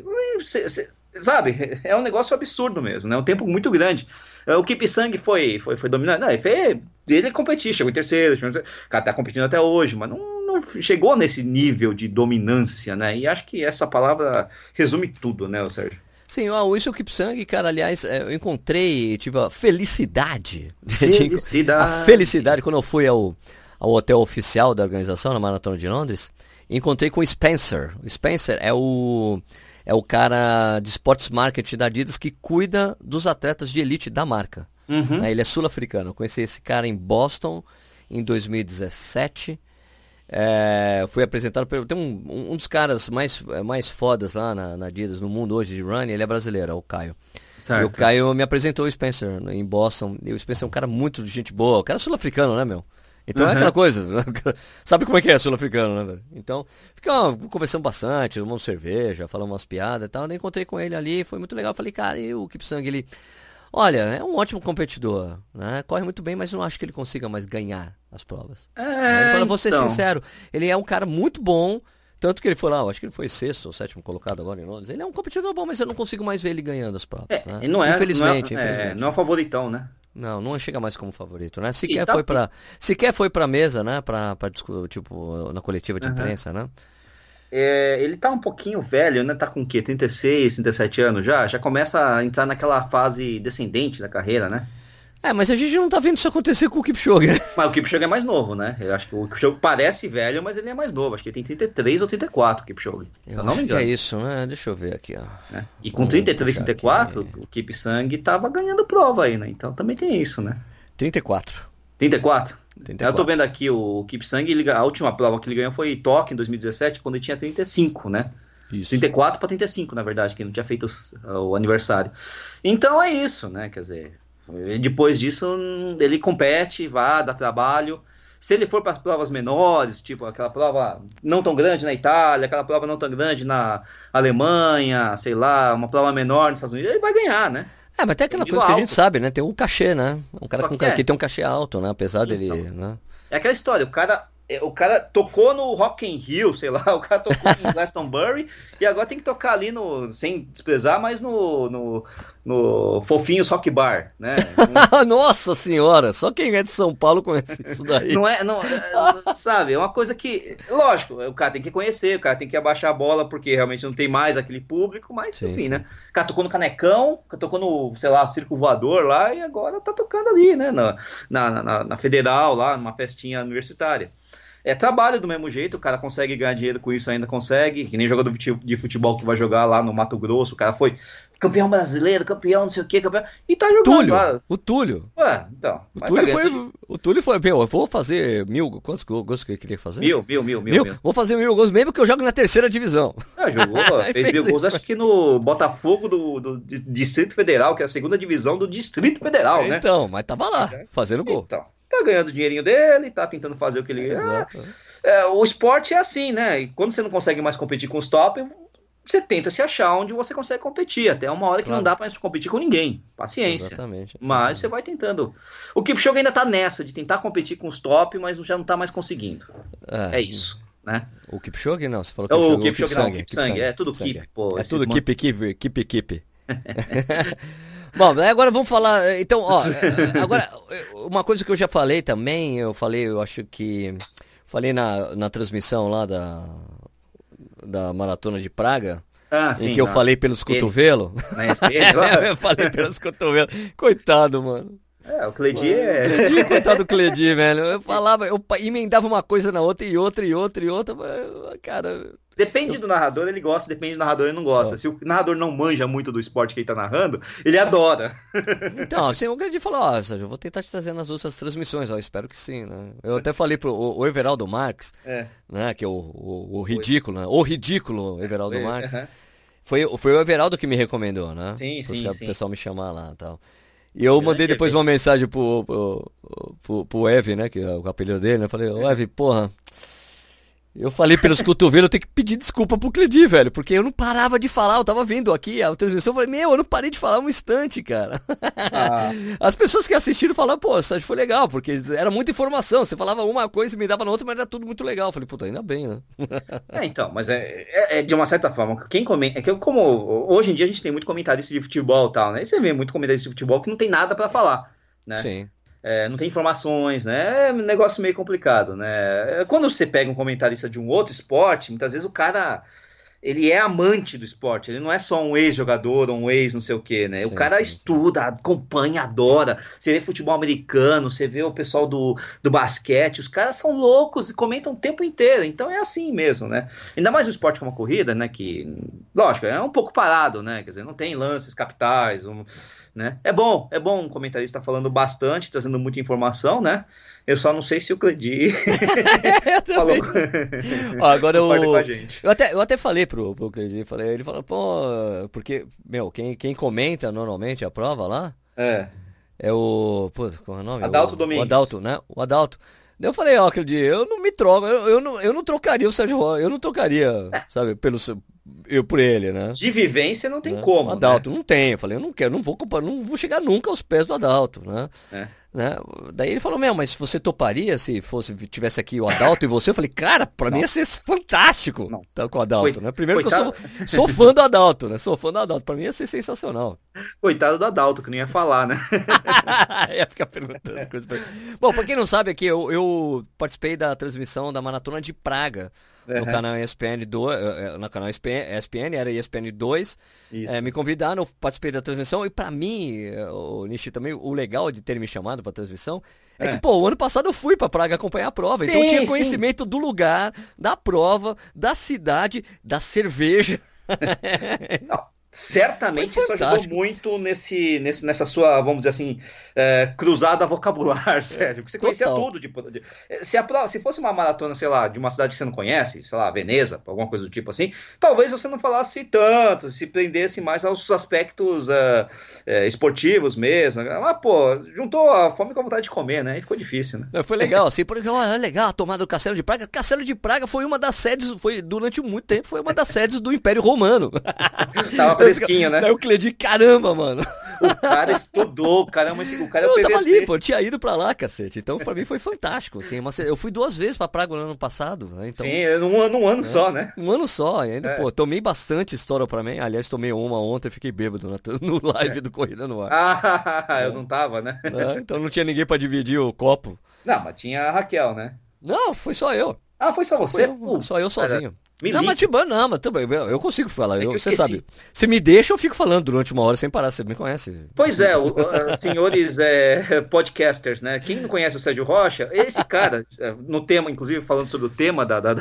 sabe, é um negócio absurdo mesmo, né? Um tempo muito grande. O Kipsang foi dominante. Não, ele competiu, chegou em terceiro, o cara tá competindo até hoje, mas não chegou nesse nível de dominância, né? E acho que essa palavra resume tudo, né, Sérgio? Sim, isso é o Kipsang, cara, aliás, eu encontrei, tive a felicidade. Felicidade. A felicidade, quando eu fui ao hotel oficial da organização, na Maratona de Londres, encontrei com o Spencer. O Spencer é o cara de Sports Marketing da Adidas que cuida dos atletas de elite da marca. Uhum. Ele é sul-africano. Eu conheci esse cara em Boston em 2017. Fui apresentado tem um dos caras mais fodas lá na Adidas, no mundo hoje de running, ele é brasileiro, é o Caio. Certo. E o Caio me apresentou o Spencer em Boston. E o Spencer é um cara muito de gente boa, o cara é sul-africano, né, meu? Então é aquela coisa, sabe como é que é sul-africano, né, velho? Então, ficamos conversando bastante, tomamos cerveja, falamos umas piadas e tal. Eu encontrei com ele ali, foi muito legal. Falei, cara, e o Kipsang, ele... Olha, é um ótimo competidor, né? Corre muito bem, mas não acho que ele consiga mais ganhar as provas. Ele fala, vou ser sincero, ele é um cara muito bom, tanto que ele foi lá, eu acho que ele foi sexto ou sétimo colocado agora em Londres. Ele é um competidor bom, mas eu não consigo mais ver ele ganhando as provas, né? Infelizmente. Não é o favoritão, né? Não chega mais como favorito, né? Sequer foi pra mesa, né? Pra tipo, na coletiva de imprensa, né? Ele tá um pouquinho velho, né? Tá com o quê? 36, 37 anos já? Já começa a entrar naquela fase descendente da carreira, né? Mas a gente não tá vendo isso acontecer com o Kipchoge. Mas o Kipchoge é mais novo, né? Eu acho que o Kipchoge parece velho, mas ele é mais novo. Acho que ele tem 33 ou 34, o Kipchoge. Eu não me engano. Que é isso, né? Deixa eu ver aqui, ó. E com 33, 34, aqui. O Kipsang tava ganhando prova aí, né? Então também tem isso, né? 34. 34? Eu tô vendo aqui o Kipsang, a última prova que ele ganhou foi Tóquio em 2017, quando ele tinha 35, né? Isso. 34 para 35, na verdade, que ele não tinha feito o aniversário. Então é isso, né? Quer dizer, depois disso ele compete, dá trabalho. Se ele for para as provas menores, tipo aquela prova não tão grande na Itália, aquela prova não tão grande na Alemanha, sei lá, uma prova menor nos Estados Unidos, ele vai ganhar, né? Mas tem aquela coisa que a gente sabe, né? Tem um cachê, né? Um cara que tem um cachê alto, né? Apesar dele, né? É aquela história, o cara tocou no Rock in Rio, sei lá, o cara tocou em Glastonbury e agora tem que tocar ali sem desprezar, mas no Fofinhos Rock Bar, né? Nossa senhora, só quem é de São Paulo conhece isso daí. Sabe, é uma coisa que, lógico, o cara tem que conhecer, o cara tem que abaixar a bola porque realmente não tem mais aquele público, mas enfim, né? O cara tocou no Canecão, tocou no, sei lá, Circo Voador lá e agora tá tocando ali, né? Na Federal lá, numa festinha universitária. É trabalho do mesmo jeito, o cara consegue ganhar dinheiro com isso, ainda consegue, que nem jogador de futebol que vai jogar lá no Mato Grosso, o cara foi campeão brasileiro, campeão não sei o que, campeão, e tá jogando lá. O Túlio. Então. O Túlio foi, eu vou fazer 1000, quantos gols que ele queria fazer? Mil. Vou fazer 1000 gols, mesmo que eu jogue na terceira divisão. Jogou, fez 1000 gols, acho que no Botafogo do Distrito Federal, que é a segunda divisão do Distrito Federal, né? Então, mas tava lá, fazendo gol. Então. Tá ganhando o dinheirinho dele, tá tentando fazer o que ele... o esporte é assim, né? E quando você não consegue mais competir com os top, você tenta se achar onde você consegue competir. Até uma hora que não dá pra mais competir com ninguém. Paciência. Exatamente. Mas você vai tentando. O Kipchoge ainda tá nessa, de tentar competir com os top, mas já não tá mais conseguindo. É isso, né? O Kipchoge não, você falou que o Kipchoge não, o Kipsang. É tudo Kip, pô. É tudo Kip. Bom, agora vamos falar, então, agora, uma coisa que eu já falei também, eu acho que, falei na transmissão lá da Maratona de Praga, em que eu falei pelos cotovelos. Eu falei pelos cotovelos, coitado, mano. O Cledi coitado do Cledi, velho, eu emendava uma coisa na outra, e outra, cara... Depende do narrador, ele gosta, depende do narrador, ele não gosta. Se o narrador não manja muito do esporte que ele tá narrando, ele adora. Então, assim, o Cledi falou, Sérgio, eu vou tentar te trazer nas outras transmissões, espero que sim, né? Eu até falei pro Everaldo Marques, né, que é o ridículo, né? O ridículo Everaldo Marques. Foi o Everaldo que me recomendou, né? Sim. O pessoal me chamar lá e tal. E eu mandei depois uma mensagem pro Ev, né, que é o apelido dele, né? Falei, Ev, porra... Eu falei pelos cotovelos, eu tenho que pedir desculpa pro Cledi, velho, porque eu não parava de falar, eu tava vendo aqui a transmissão, eu falei, eu não parei de falar um instante, cara. As pessoas que assistiram falaram, pô, isso foi legal, porque era muita informação, você falava uma coisa e me dava na outra, mas era tudo muito legal. Eu falei, puta, ainda bem, né? Então, mas é de uma certa forma, quem comenta, como hoje em dia a gente tem muito comentarista de futebol e tal, né, e você vê muito comentarista de futebol que não tem nada pra falar, né? Sim. Não tem informações, né? É um negócio meio complicado, né? Quando você pega um comentarista de um outro esporte, muitas vezes o cara, ele é amante do esporte, ele não é só um ex-jogador ou um ex não sei o quê, né? O cara estuda, acompanha, adora. Você vê futebol americano, você vê o pessoal do basquete, os caras são loucos e comentam o tempo inteiro, então é assim mesmo, né? Ainda mais um esporte como a corrida, né? Que, lógico, é um pouco parado, né? Quer dizer, não tem lances capitais, né? É bom um comentarista falando bastante, trazendo muita informação, né? Eu só não sei se o Cledi falou agora com a gente. Eu até falei pro Cledi, ele falou, pô, porque, quem comenta normalmente a prova lá é o, pô, qual é o nome? Adalto Domingues. O Adalto, né? O Adalto. Daí eu falei, Cledi, eu não me troco, eu não trocaria o Sérgio Rocha, eu não trocaria, sabe, por ele, né? De vivência não tem como, o Adalto, né? não tem. Eu falei, eu não quero, não vou chegar nunca aos pés do Adalto, né? Né? Daí ele falou, mas se você toparia, se tivesse aqui o Adalto e você, eu falei, cara, pra mim ia ser fantástico estar com o Adalto, né? Primeiro que eu sou fã do Adalto, né? Sou fã do Adalto, pra mim ia ser sensacional. Coitado do Adalto, que não ia falar, né? Ia ficar perguntando coisa pra ele. Bom, pra quem não sabe aqui, eu participei da transmissão da Maratona de Praga, no canal ESPN 2, no canal ESPN, era ESPN 2, me convidaram, eu participei da transmissão, e pra mim, o Nishi também, o legal de ter me chamado pra transmissão, é que, pô, o ano passado eu fui pra Praga acompanhar a prova, então eu tinha conhecimento do lugar, da prova, da cidade, da cerveja. Não. Certamente isso ajudou muito nessa sua, vamos dizer assim, cruzada vocabular, Sérgio. Porque você conhecia tudo. Se fosse uma maratona, sei lá, de uma cidade que você não conhece, sei lá, Veneza, alguma coisa do tipo assim, talvez você não falasse tanto, se prendesse mais aos aspectos esportivos mesmo. Mas, pô, juntou a fome com a vontade de comer, né? E ficou difícil, né? Foi legal, assim, porque é legal a tomada do Castelo de Praga. Castelo de Praga foi uma das sedes, durante muito tempo, foi uma das sedes do Império Romano. Tava fresquinho, né? Daí o Cledi, caramba, mano. O cara estudou, caramba, o cara é o PVC. Eu tava ali, pô, eu tinha ido pra lá, cacete. Então, pra mim foi fantástico, assim. Eu fui 2 vezes pra Praga no ano passado, né? Então, sim, num ano só, né? Um ano só, e ainda, pô, tomei bastante história pra mim. Aliás, tomei uma ontem e fiquei bêbado no live do Corrida no Ar. Eu não tava, né? Então não tinha ninguém pra dividir o copo. Não, mas tinha a Raquel, né? Não, foi só eu. Foi só você? Só eu sozinho. Mas também, eu consigo falar, você sabe. Você me deixa, eu fico falando durante 1 hora sem parar, você me conhece. Pois é, senhores podcasters, né? Quem não conhece o Sérgio Rocha, esse cara, no tema, inclusive falando sobre o tema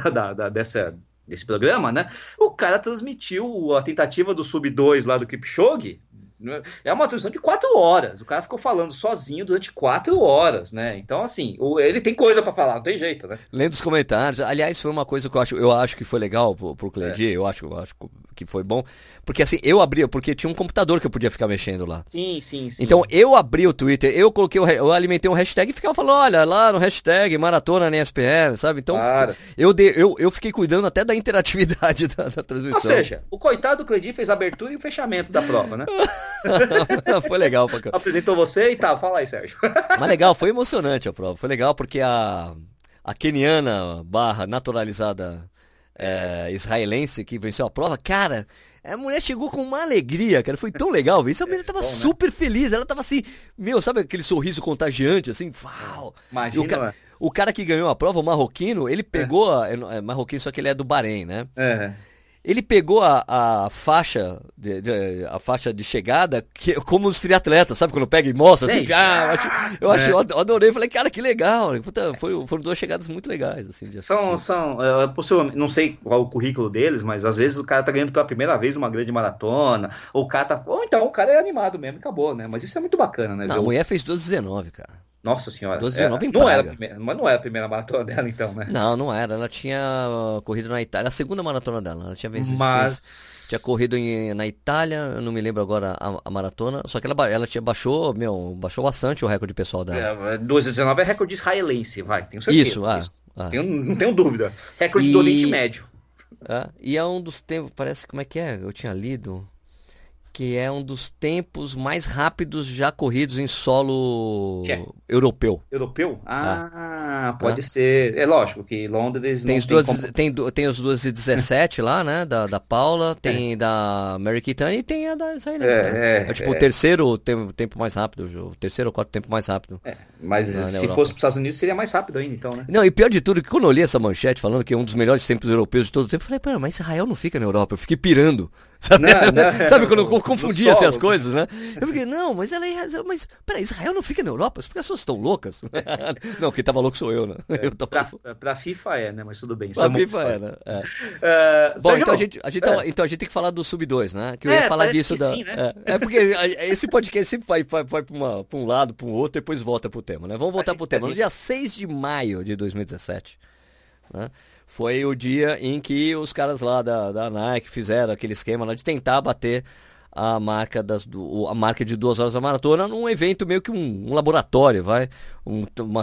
desse programa, né? O cara transmitiu a tentativa do Sub-2 lá do Kipchoge. É uma transmissão de 4 horas. O cara ficou falando sozinho durante 4 horas, né? Então, assim, ele tem coisa pra falar, não tem jeito, né? Lendo os comentários. Aliás, foi uma coisa que eu acho que foi legal pro Cledi, eu acho que foi bom. Porque assim, eu abria, porque tinha um computador que eu podia ficar mexendo lá. Sim. Então, eu abri o Twitter, eu alimentei um hashtag e ficava falando, olha, lá no hashtag Maratona na ESPN, sabe? Então, eu fiquei cuidando até da interatividade da transmissão. Ou seja, o coitado do Cledi fez a abertura e o fechamento da prova, né? Foi legal. Porque... Apresentou você e tal, fala aí, Sérgio. Mas legal, foi emocionante a prova. Foi legal porque a keniana naturalizada israelense que venceu a prova, cara, a mulher chegou com uma alegria, cara, foi tão legal ver isso. A mulher tava super feliz, ela tava assim, sabe aquele sorriso contagiante, assim, uau. Imagina, o cara que ganhou a prova, o marroquino, ele pegou, marroquino, só que ele é do Bahrein, né? Ele pegou a faixa de chegada como os triatletas, sabe? Quando pega e mostra, assim, eu adorei, falei, cara, que legal. Puta, foram 2 chegadas muito legais, assim, de possivelmente, não sei qual o currículo deles, mas às vezes o cara tá ganhando pela primeira vez uma grande maratona, ou então o cara é animado mesmo e acabou, né? Mas isso é muito bacana, né? A mulher fez 2:19, cara. Nossa senhora. 12,19 em não era Praga. mas não era a primeira maratona dela, então, né? Não, não era. Ela tinha corrido na Itália. A segunda maratona dela. Ela tinha vencido. Mas. Tinha corrido na Itália, eu não me lembro agora a maratona. Só que ela baixou bastante o recorde pessoal dela. 12,19 é recorde israelense, vai, tenho certeza. Isso, Não tenho dúvida. Recorde do Oriente Médio. E é um dos tempos, parece, como é que é? Eu tinha lido. Que é um dos tempos mais rápidos já corridos em solo europeu. Europeu? Pode ser. É lógico que Londres tem não tem os 2:17 lá, né? Da Paula, tem da Mary Keitany e tem a da israelense. O terceiro tempo mais rápido, o terceiro ou quarto tempo mais rápido. Mas se fosse para os Estados Unidos seria mais rápido ainda, então, né? Não, e pior de tudo, que quando eu li essa manchete falando que é um dos melhores tempos europeus de todo o tempo, eu falei, mas Israel não fica na Europa, eu fiquei pirando. Sabe, sabe quando eu confundia as coisas, né? Eu fiquei, não, mas peraí, Israel não fica na Europa? As pessoas estão loucas? Não, quem tava louco sou eu, né? Pra FIFA né? Mas tudo bem. Pra FIFA né? Bom, Sérgio, então a gente tem que falar do Sub-2, né? Que eu ia falar disso. Sim, né? Porque esse podcast sempre vai pra um lado, pra um outro, e depois volta pro tema, né? Vamos voltar pro tema. No dia 6 de maio de 2017, né? Foi o dia em que os caras lá da Nike fizeram aquele esquema lá de tentar bater a marca de 2 horas da maratona num evento meio que um laboratório, vai? Um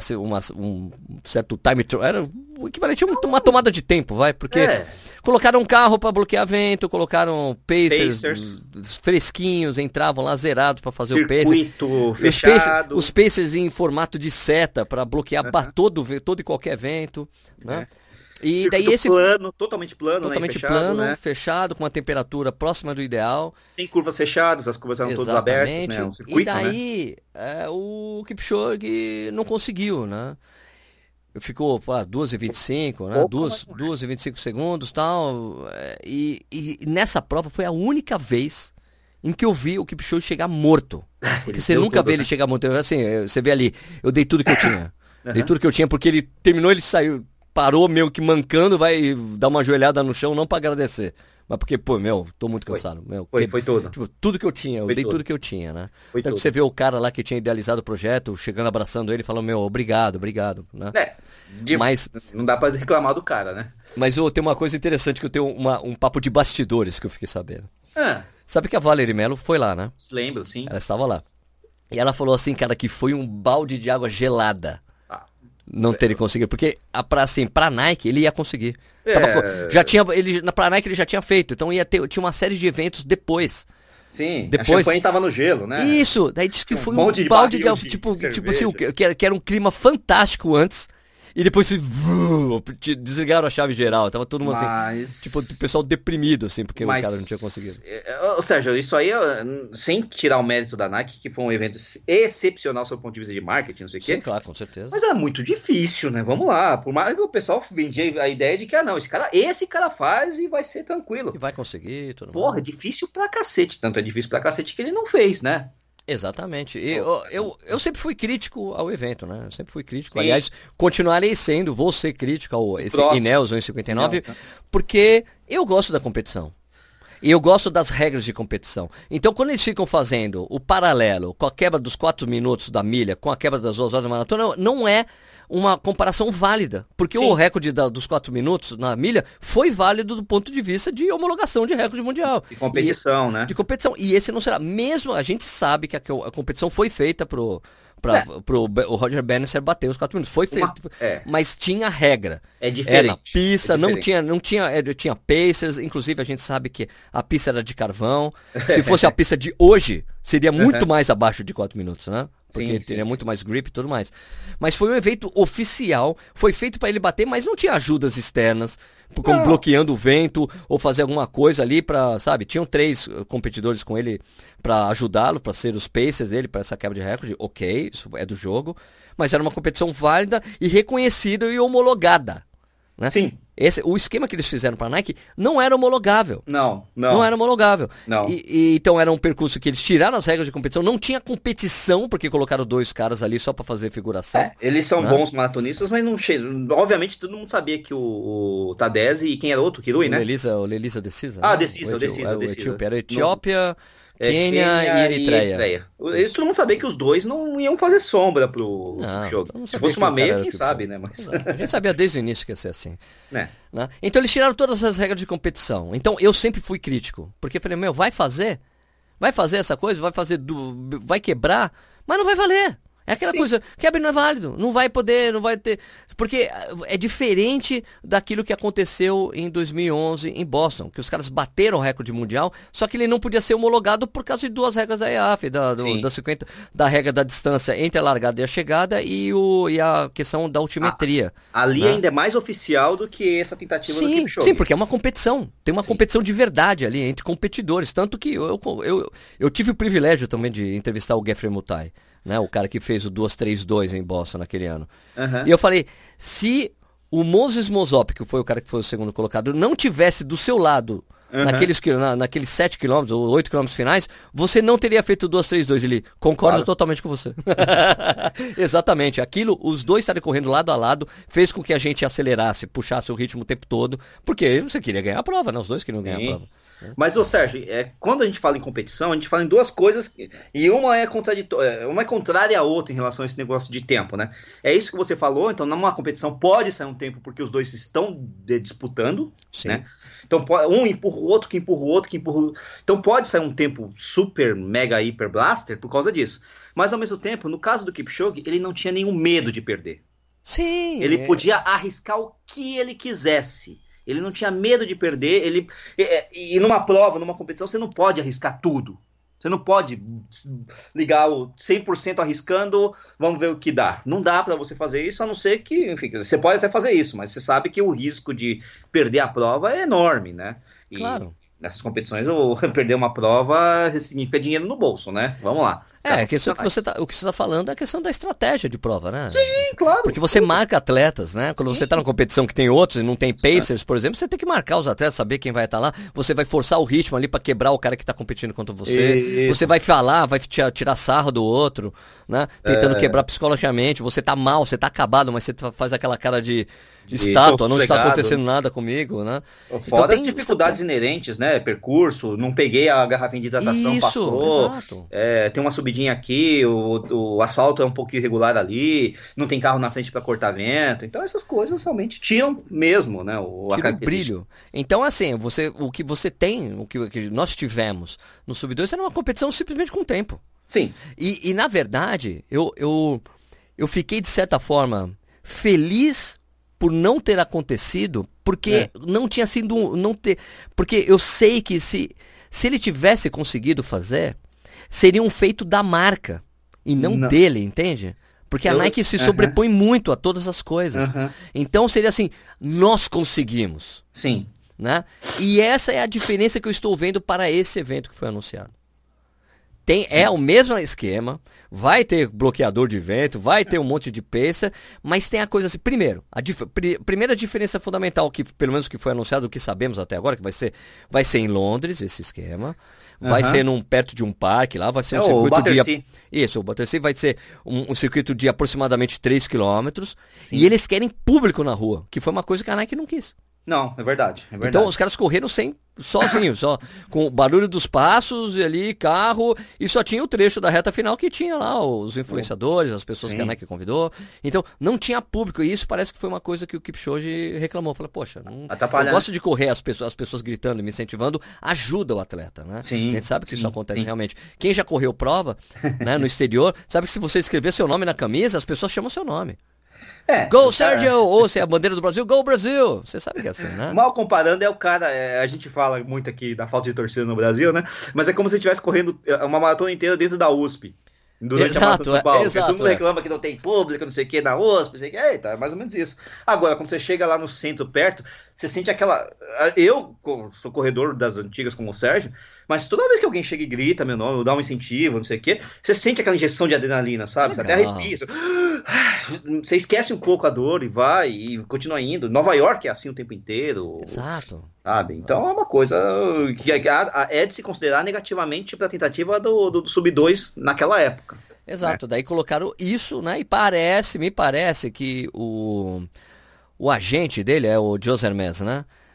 certo time trial, era o equivalente a uma tomada de tempo, vai? Porque colocaram um carro para bloquear vento, colocaram pacers fresquinhos, entravam lá zerados para fazer circuito o pacer. Fechado. Os pacers em formato de seta para bloquear todo e qualquer vento, né? E daí totalmente plano, né? Fechado, com uma temperatura próxima do ideal. Sem curvas fechadas, as curvas eram todas abertas, né? Um circuito, e daí o Kipchoge não conseguiu, né? Ficou 2:25, né? 2:25 segundos e tal. E nessa prova foi a única vez em que eu vi o Kipchoge chegar morto. Porque você nunca vê ele chegar morto. Assim, você vê ali, eu dei tudo que eu tinha. Dei tudo que eu tinha, porque ele terminou, ele saiu... Parou meio que mancando, vai dar uma joelhada no chão, não pra agradecer. Mas porque, tô muito cansado. Foi tudo. Tipo, tudo que eu tinha, eu dei tudo que eu tinha, né? Então você vê o cara lá que tinha idealizado o projeto, chegando, abraçando ele, falando, obrigado, né? Mas não dá pra reclamar do cara, né? Mas tem uma coisa interessante, que eu tenho um papo de bastidores que eu fiquei sabendo. Sabe que a Valerie Melo foi lá, né? Lembro, sim. Ela estava lá. E ela falou assim, cara, que foi um balde de água gelada. Não teria conseguido, porque pra Nike ele ia conseguir. Pra Nike ele já tinha feito, então tinha uma série de eventos depois. Sim, depois, a champanhe tava no gelo, né? Isso, daí disse que foi um balde de tipo assim, que era um clima fantástico antes. E depois desligaram a chave geral. Tava todo mundo assim, tipo, o pessoal deprimido, assim, porque o cara não tinha conseguido. Ou seja, isso aí, sem tirar o mérito da Nike, que foi um evento excepcional sob o ponto de vista de marketing, não sei o quê. Sim, claro, com certeza. Mas era muito difícil, né? Vamos lá. Por mais que o pessoal vendia a ideia de que, esse cara faz e vai ser tranquilo. E vai conseguir, tudo mais. Porra, difícil pra cacete. Tanto é difícil pra cacete que ele não fez, né? Exatamente. E eu sempre fui crítico ao evento, né? Eu sempre fui crítico. Sim. Aliás, continuarei sendo, vou ser crítico ao Ineos 1:59, porque eu gosto da competição. E eu gosto das regras de competição. Então, quando eles ficam fazendo o paralelo com a quebra dos 4 minutos da milha, com a quebra das 2 horas da maratona, não é uma comparação válida. Porque o recorde dos 4 minutos na milha foi válido do ponto de vista de homologação de recorde mundial. De competição, né? De competição. E esse não será. Mesmo a gente sabe que a competição foi feita pro o Roger Bannister bater os 4 minutos. Foi feito. Mas tinha regra. É diferente. Na pista, não tinha pacers. Inclusive, a gente sabe que a pista era de carvão. Se fosse a pista de hoje, seria muito mais abaixo de 4 minutos, né? Porque teria muito mais grip e tudo mais. Mas foi um evento oficial, foi feito para ele bater, mas não tinha ajudas externas, como bloqueando o vento ou fazer alguma coisa ali para, sabe? Tinham 3 competidores com ele para ajudá-lo, para ser os pacers dele, para essa quebra de recorde. Ok, isso é do jogo. Mas era uma competição válida e reconhecida e homologada. Né? Sim. O esquema que eles fizeram para a Nike não era homologável. Não era homologável. Não. Então era um percurso que eles tiraram as regras de competição, não tinha competição, porque colocaram 2 caras ali só para fazer figuração. Eles são bons maratonistas, mas não obviamente todo mundo sabia que o Tadese e quem era outro, Kirui, né? O Lelisa Decisa. Decisa. Era Etiópia. Quênia e Eritreia. Todo mundo sabia que os dois não iam fazer sombra pro jogo. Se fosse uma meia, quem sabe, né? Mas... A gente sabia desde o início que ia ser assim. Né? Então eles tiraram todas as regras de competição. Então eu sempre fui crítico. Porque eu falei, vai fazer essa coisa, vai quebrar, mas não vai valer. É aquela coisa, quebra não é válido, não vai ter, porque é diferente daquilo que aconteceu em 2011 em Boston, que os caras bateram o recorde mundial, só que ele não podia ser homologado por causa de duas regras da EAF, da regra da distância entre a largada e a chegada e a questão da altimetria. Ali ainda é mais oficial do que essa tentativa do Kipchoge. Sim, porque é uma competição, tem uma competição de verdade ali entre competidores, tanto que eu tive o privilégio também de entrevistar o Geoffrey Mutai, né, o cara que fez o 2-3-2 em Boston naquele ano. E eu falei, se o Moses Mosop, que foi o cara que foi o segundo colocado, não tivesse do seu lado naqueles 7 km ou 8 km finais, você não teria feito o 2-3-2. Ele concorda totalmente com você. Exatamente. Aquilo, os dois estarem correndo lado a lado, fez com que a gente acelerasse, puxasse o ritmo o tempo todo, porque você queria ganhar a prova, né? Os dois queriam ganhar a prova. Mas, Sérgio, quando a gente fala em competição, a gente fala em duas coisas, e uma é contrária à outra em relação a esse negócio de tempo, né? É isso que você falou, então numa competição pode sair um tempo porque os dois estão disputando, né? Então um empurra o outro, que empurra o outro, que empurra o... Então pode sair um tempo super, mega, hiper blaster por causa disso. Mas ao mesmo tempo, no caso do Kipchoge, ele não tinha nenhum medo de perder. Sim. Ele podia arriscar o que ele quisesse. Ele não tinha medo de perder. E numa prova, numa competição, você não pode arriscar tudo. Você não pode ligar o 100% arriscando, vamos ver o que dá. Não dá pra você fazer isso, a não ser que, enfim, você pode até fazer isso, mas você sabe que o risco de perder a prova é enorme, né? Claro. Nessas competições, perder uma prova significa dinheiro no bolso, né? Vamos lá. A questão que o que você está falando é a questão da estratégia de prova, né? Sim, claro. Porque você marca atletas, né? Quando você está numa competição que tem outros e não tem pacers, por exemplo, você tem que marcar os atletas, saber quem vai estar lá. Você vai forçar o ritmo ali para quebrar o cara que está competindo contra você. Isso. Você vai falar, vai tirar sarro do outro, né? Tentando quebrar psicologicamente. Você tá mal, você tá acabado, mas você faz aquela cara de estátua, não está acontecendo nada comigo, né? Fora então, as dificuldades inerentes, né? Percurso, não peguei a garrafinha de hidratação, passou. Exato. Tem uma subidinha aqui, o asfalto é um pouco irregular ali, não tem carro na frente para cortar vento. Então essas coisas realmente tiram mesmo, né? Tira o brilho. Então assim, o que você tem, o que nós tivemos no Sub-2 era uma competição simplesmente com tempo. Sim. E na verdade, eu fiquei de certa forma feliz por não ter acontecido, porque não tinha sido porque eu sei que se ele tivesse conseguido fazer, seria um feito da marca e não dele, entende? Porque a Nike se sobrepõe muito a todas as coisas. Então seria assim, nós conseguimos. Sim. Né? E essa é a diferença que eu estou vendo para esse evento que foi anunciado. É o mesmo esquema, vai ter bloqueador de vento, vai ter um monte de pacer, mas tem a coisa assim, primeiro, primeira diferença fundamental, que pelo menos que foi anunciado, o que sabemos até agora, que vai ser em Londres esse esquema, vai ser perto de um parque lá, vai ser um circuito de... Isso, o Battersea vai ser um circuito de aproximadamente 3 km, e eles querem público na rua, que foi uma coisa que a Nike não quis. Não, é verdade. Então os caras correram sozinhos, só com o barulho dos passos ali, carro, e só tinha o trecho da reta final que tinha lá os influenciadores, as pessoas que a Nike convidou. Então não tinha público, e isso parece que foi uma coisa que o Kipchoge reclamou. Falei, poxa, eu gosto de correr, as pessoas gritando e me incentivando, ajuda o atleta, né? Sim, a gente sabe que isso acontece realmente. Quem já correu prova, né, no exterior, sabe que se você escrever seu nome na camisa, as pessoas chamam seu nome. Go Sérgio! Ou se é a bandeira do Brasil, Go Brasil! Você sabe que é assim, né? Mal comparando, o cara, a gente fala muito aqui da falta de torcida no Brasil, né? Mas é como se estivesse correndo uma maratona inteira dentro da USP. Durante a Maratona de São Paulo. Todo mundo reclama que não tem público, não sei o que, na USP, não sei o que. É mais ou menos isso. Agora, quando você chega lá no centro, perto, você sente aquela... Eu sou corredor das antigas como o Sérgio, mas toda vez que alguém chega e grita meu nome, dá um incentivo, não sei o que, você sente aquela injeção de adrenalina, sabe? Você até arrepia. Você esquece um pouco a dor e vai e continua indo. Nova York é assim o tempo inteiro. Exato. Sabe? Então é uma coisa que é de se considerar negativamente para a tentativa do Sub-2 naquela época. Exato, daí colocaram isso, né? E me parece que o agente dele é o José Hermes, né?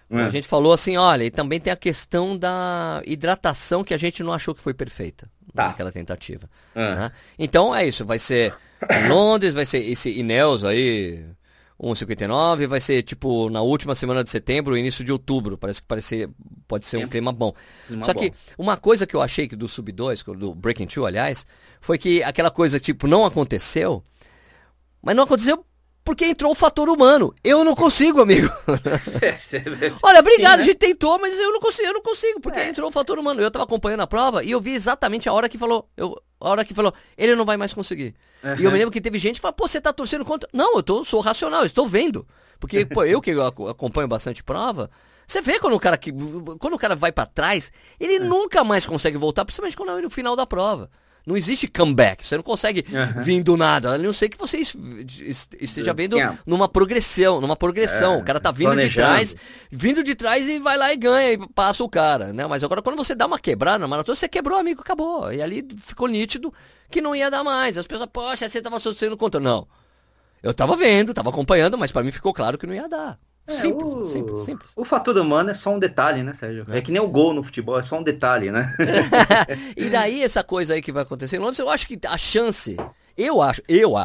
A gente falou assim, olha, e também tem a questão da hidratação que a gente não achou que foi perfeita naquela tentativa. Né? Então é isso, vai ser em Londres, vai ser esse Ineos aí, 1,59, vai ser tipo na última semana de setembro, início de outubro, pode ser um clima bom. Só que uma coisa que eu achei que do Sub 2, do Breaking Two, aliás, foi que aquela coisa tipo não aconteceu, mas não aconteceu porque entrou o fator humano. Eu não consigo, amigo. Olha, obrigado, sim, né? A gente tentou, mas eu não consigo, porque entrou o fator humano. Eu tava acompanhando a prova e eu vi exatamente a hora que falou, ele não vai mais conseguir. E eu me lembro que teve gente que falou, pô, você tá torcendo contra... Não, sou racional, eu estou vendo. Porque, pô, eu que acompanho bastante prova, você vê quando o cara vai pra trás, ele nunca mais consegue voltar, principalmente quando é no final da prova. Não existe comeback, você não consegue vir do nada, a não ser que você esteja vendo numa progressão. O cara tá vindo de trás e vai lá e ganha e passa o cara, né? Mas agora quando você dá uma quebrada na maratona, você quebrou, amigo, acabou. E ali ficou nítido que não ia dar mais. As pessoas, poxa, você tava sofrendo contra. Não, eu tava vendo, tava acompanhando, mas pra mim ficou claro que não ia dar. Simples. O fator humano é só um detalhe, né, Sérgio? É que nem o gol no futebol, é só um detalhe, né? E daí essa coisa aí que vai acontecer em Londres, eu acho que a chance, eu acho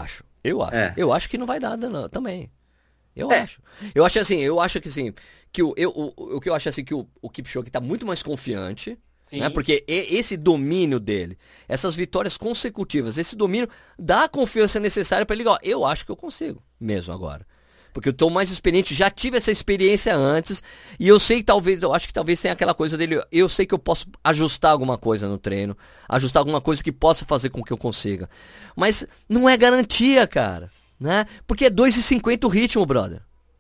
que não vai dar não, também. Eu acho que assim, que o que eu acho assim que o Kipchoge tá muito mais confiante, né? Porque esse domínio dele, essas vitórias consecutivas, esse domínio dá a confiança necessária para ele, eu acho que eu consigo mesmo agora. Porque eu estou mais experiente, já tive essa experiência antes, e eu acho que talvez tenha aquela coisa dele, eu sei que eu posso ajustar alguma coisa no treino, ajustar alguma coisa que possa fazer com que eu consiga. Mas não é garantia, cara, né? Porque é 2,50 o ritmo, brother.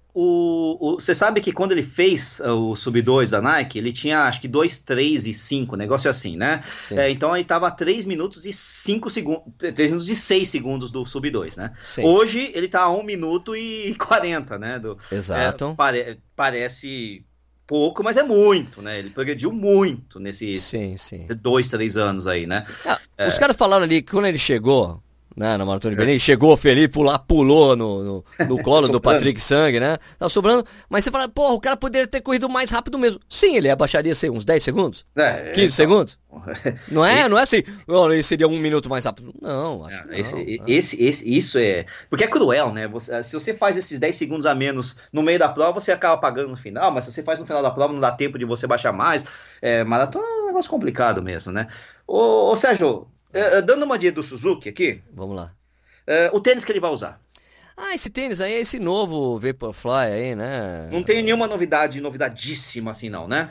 Você sabe que quando ele fez o Sub 2 da Nike, ele tinha acho que 2, 3 e 5, negócio assim, né? Então ele tava a 3 minutos e 5 segundos, 3 minutos e 6 segundos do Sub 2, né? Sim. Hoje ele tá a 1 minuto e 40, né? Exato. Parece pouco, mas é muito, né? Ele progrediu muito nesses 2, 3 anos aí, né? Os caras falaram ali que quando ele chegou, né, na Maratona de Berlim, chegou feliz, pulou no colo do Patrick Sang, né? Tá sobrando, mas você fala, porra, o cara poderia ter corrido mais rápido mesmo. Sim, ele abaixaria, sei, uns 10 segundos? 15 segundos? Não é assim, ele seria 1 minuto mais rápido. Não, acho que não. Isso é... Porque é cruel, né? Se você faz esses 10 segundos a menos no meio da prova, você acaba pagando no final, mas se você faz no final da prova, não dá tempo de você baixar mais. Maratona é um negócio complicado mesmo, né? Ô Sérgio, dando uma dica do Suzuki aqui. Vamos lá. O tênis que ele vai usar. Esse tênis aí é esse novo Vaporfly aí, né? Não tem nenhuma novidadíssima assim não, né?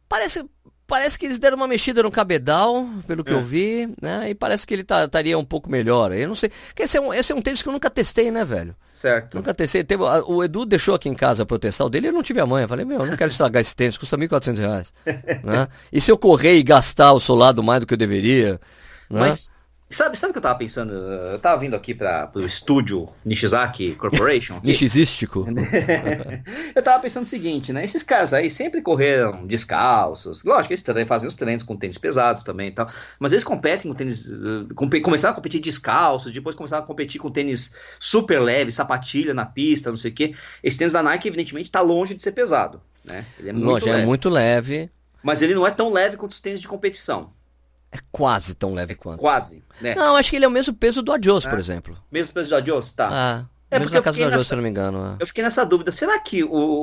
Parece que eles deram uma mexida no cabedal, pelo que eu vi, né? E parece que ele estaria um pouco melhor. Eu não sei. Porque esse é um tênis que eu nunca testei, né, velho? Certo. Nunca testei. O Edu deixou aqui em casa pra eu testar o dele, eu não tive a manha. Eu falei, eu não quero estragar esse tênis, custa R$1.400. Né? E se eu correr e gastar o solado mais do que eu deveria... Mas sabe o que eu tava pensando? Eu tava vindo aqui pro estúdio Nishizaki Corporation. Nishizístico. Eu tava pensando o seguinte, né? Esses caras aí sempre correram descalços. Lógico, eles fazem os treinos com tênis pesados também e tal. Mas eles competem com tênis. Começaram a competir descalços, depois começaram a competir com tênis super leve, sapatilha na pista, não sei o quê. Esse tênis da Nike, evidentemente, tá longe de ser pesado, né? Ele é muito leve. É muito leve. Mas ele não é tão leve quanto os tênis de competição. É quase tão leve quanto. Quase, né? Não, acho que ele é o mesmo peso do Adios, por exemplo. Mesmo peso do Adios, tá. Mesmo na casa do Adios, se eu não me engano. Eu fiquei nessa dúvida. Será que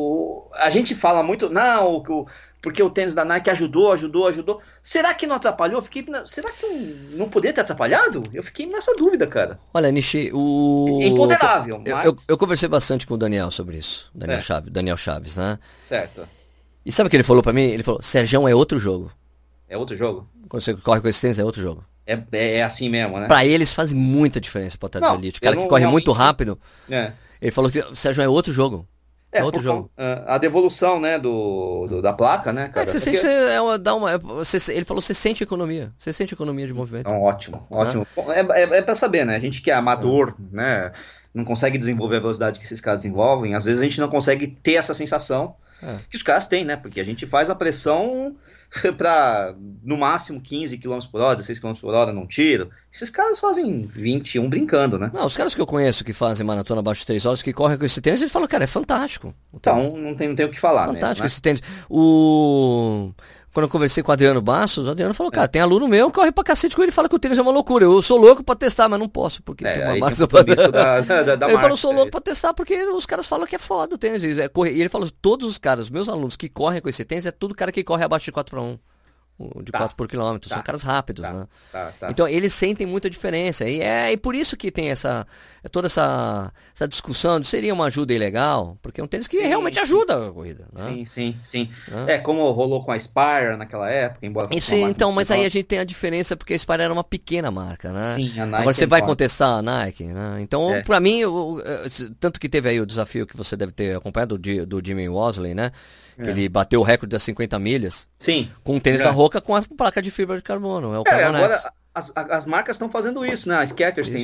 a gente fala muito, porque o tênis da Nike ajudou. Será que não atrapalhou? Será que não poderia ter atrapalhado? Eu fiquei nessa dúvida, cara. Olha, Nishi, É imponderável, mas... eu conversei bastante com o Daniel sobre isso. Daniel Chaves, né? Certo. E sabe o que ele falou pra mim? Ele falou, Sergião é outro jogo. É outro jogo? Quando você corre com esse tênis, é outro jogo. É assim mesmo, né? Pra eles faz muita diferença pro atleta de elite. O cara que corre muito rápido, ele falou que o Sérgio é outro jogo. É outro jogo. A devolução, né, da placa, né, cara? Você sente, ele falou, você sente economia. Você sente economia de movimento. Então, ótimo. É pra saber, né? A gente que é amador, né, não consegue desenvolver a velocidade que esses caras desenvolvem. Às vezes a gente não consegue ter essa sensação. que os caras têm, né? Porque a gente faz a pressão para no máximo 15 km por hora, 16 km por hora num tiro. Esses caras fazem 21 brincando, né? Não, os caras que eu conheço que fazem maratona abaixo de 3 horas, que correm com esse tênis, eles falam, cara, é fantástico. Então, não tem o que falar, fantástico mesmo, né? esse tênis. Quando eu conversei com o Adriano Bastos, o Adriano falou, cara, tem aluno meu que corre pra cacete com ele e fala que o tênis é uma loucura. Eu sou louco pra testar, mas não posso, porque tem uma marca. Ele falou, sou louco pra testar porque os caras falam que é foda o tênis. E ele falou, todos os caras, meus alunos que correm com esse tênis, é tudo cara que corre abaixo de 4:1. De 4 por quilômetro, são caras rápidos, né? Então eles sentem muita diferença. E por isso que tem toda essa discussão de seria uma ajuda ilegal, porque é um tênis que realmente ajuda a corrida. Né? Sim. Como rolou com a Spire naquela época, embora. Então, mas aí a gente tem a diferença porque a Spire era uma pequena marca, né? Sim, a Nike. Agora você vai contestar a Nike, né? Então, pra mim, tanto que teve aí o desafio que você deve ter acompanhado do Jimmy Wosley, né? Que ele bateu o recorde das 50 milhas. Sim. Com um tênis da Roca com a placa de fibra de carbono. É o Carbonex. Agora as marcas estão fazendo isso, né? A Skechers tem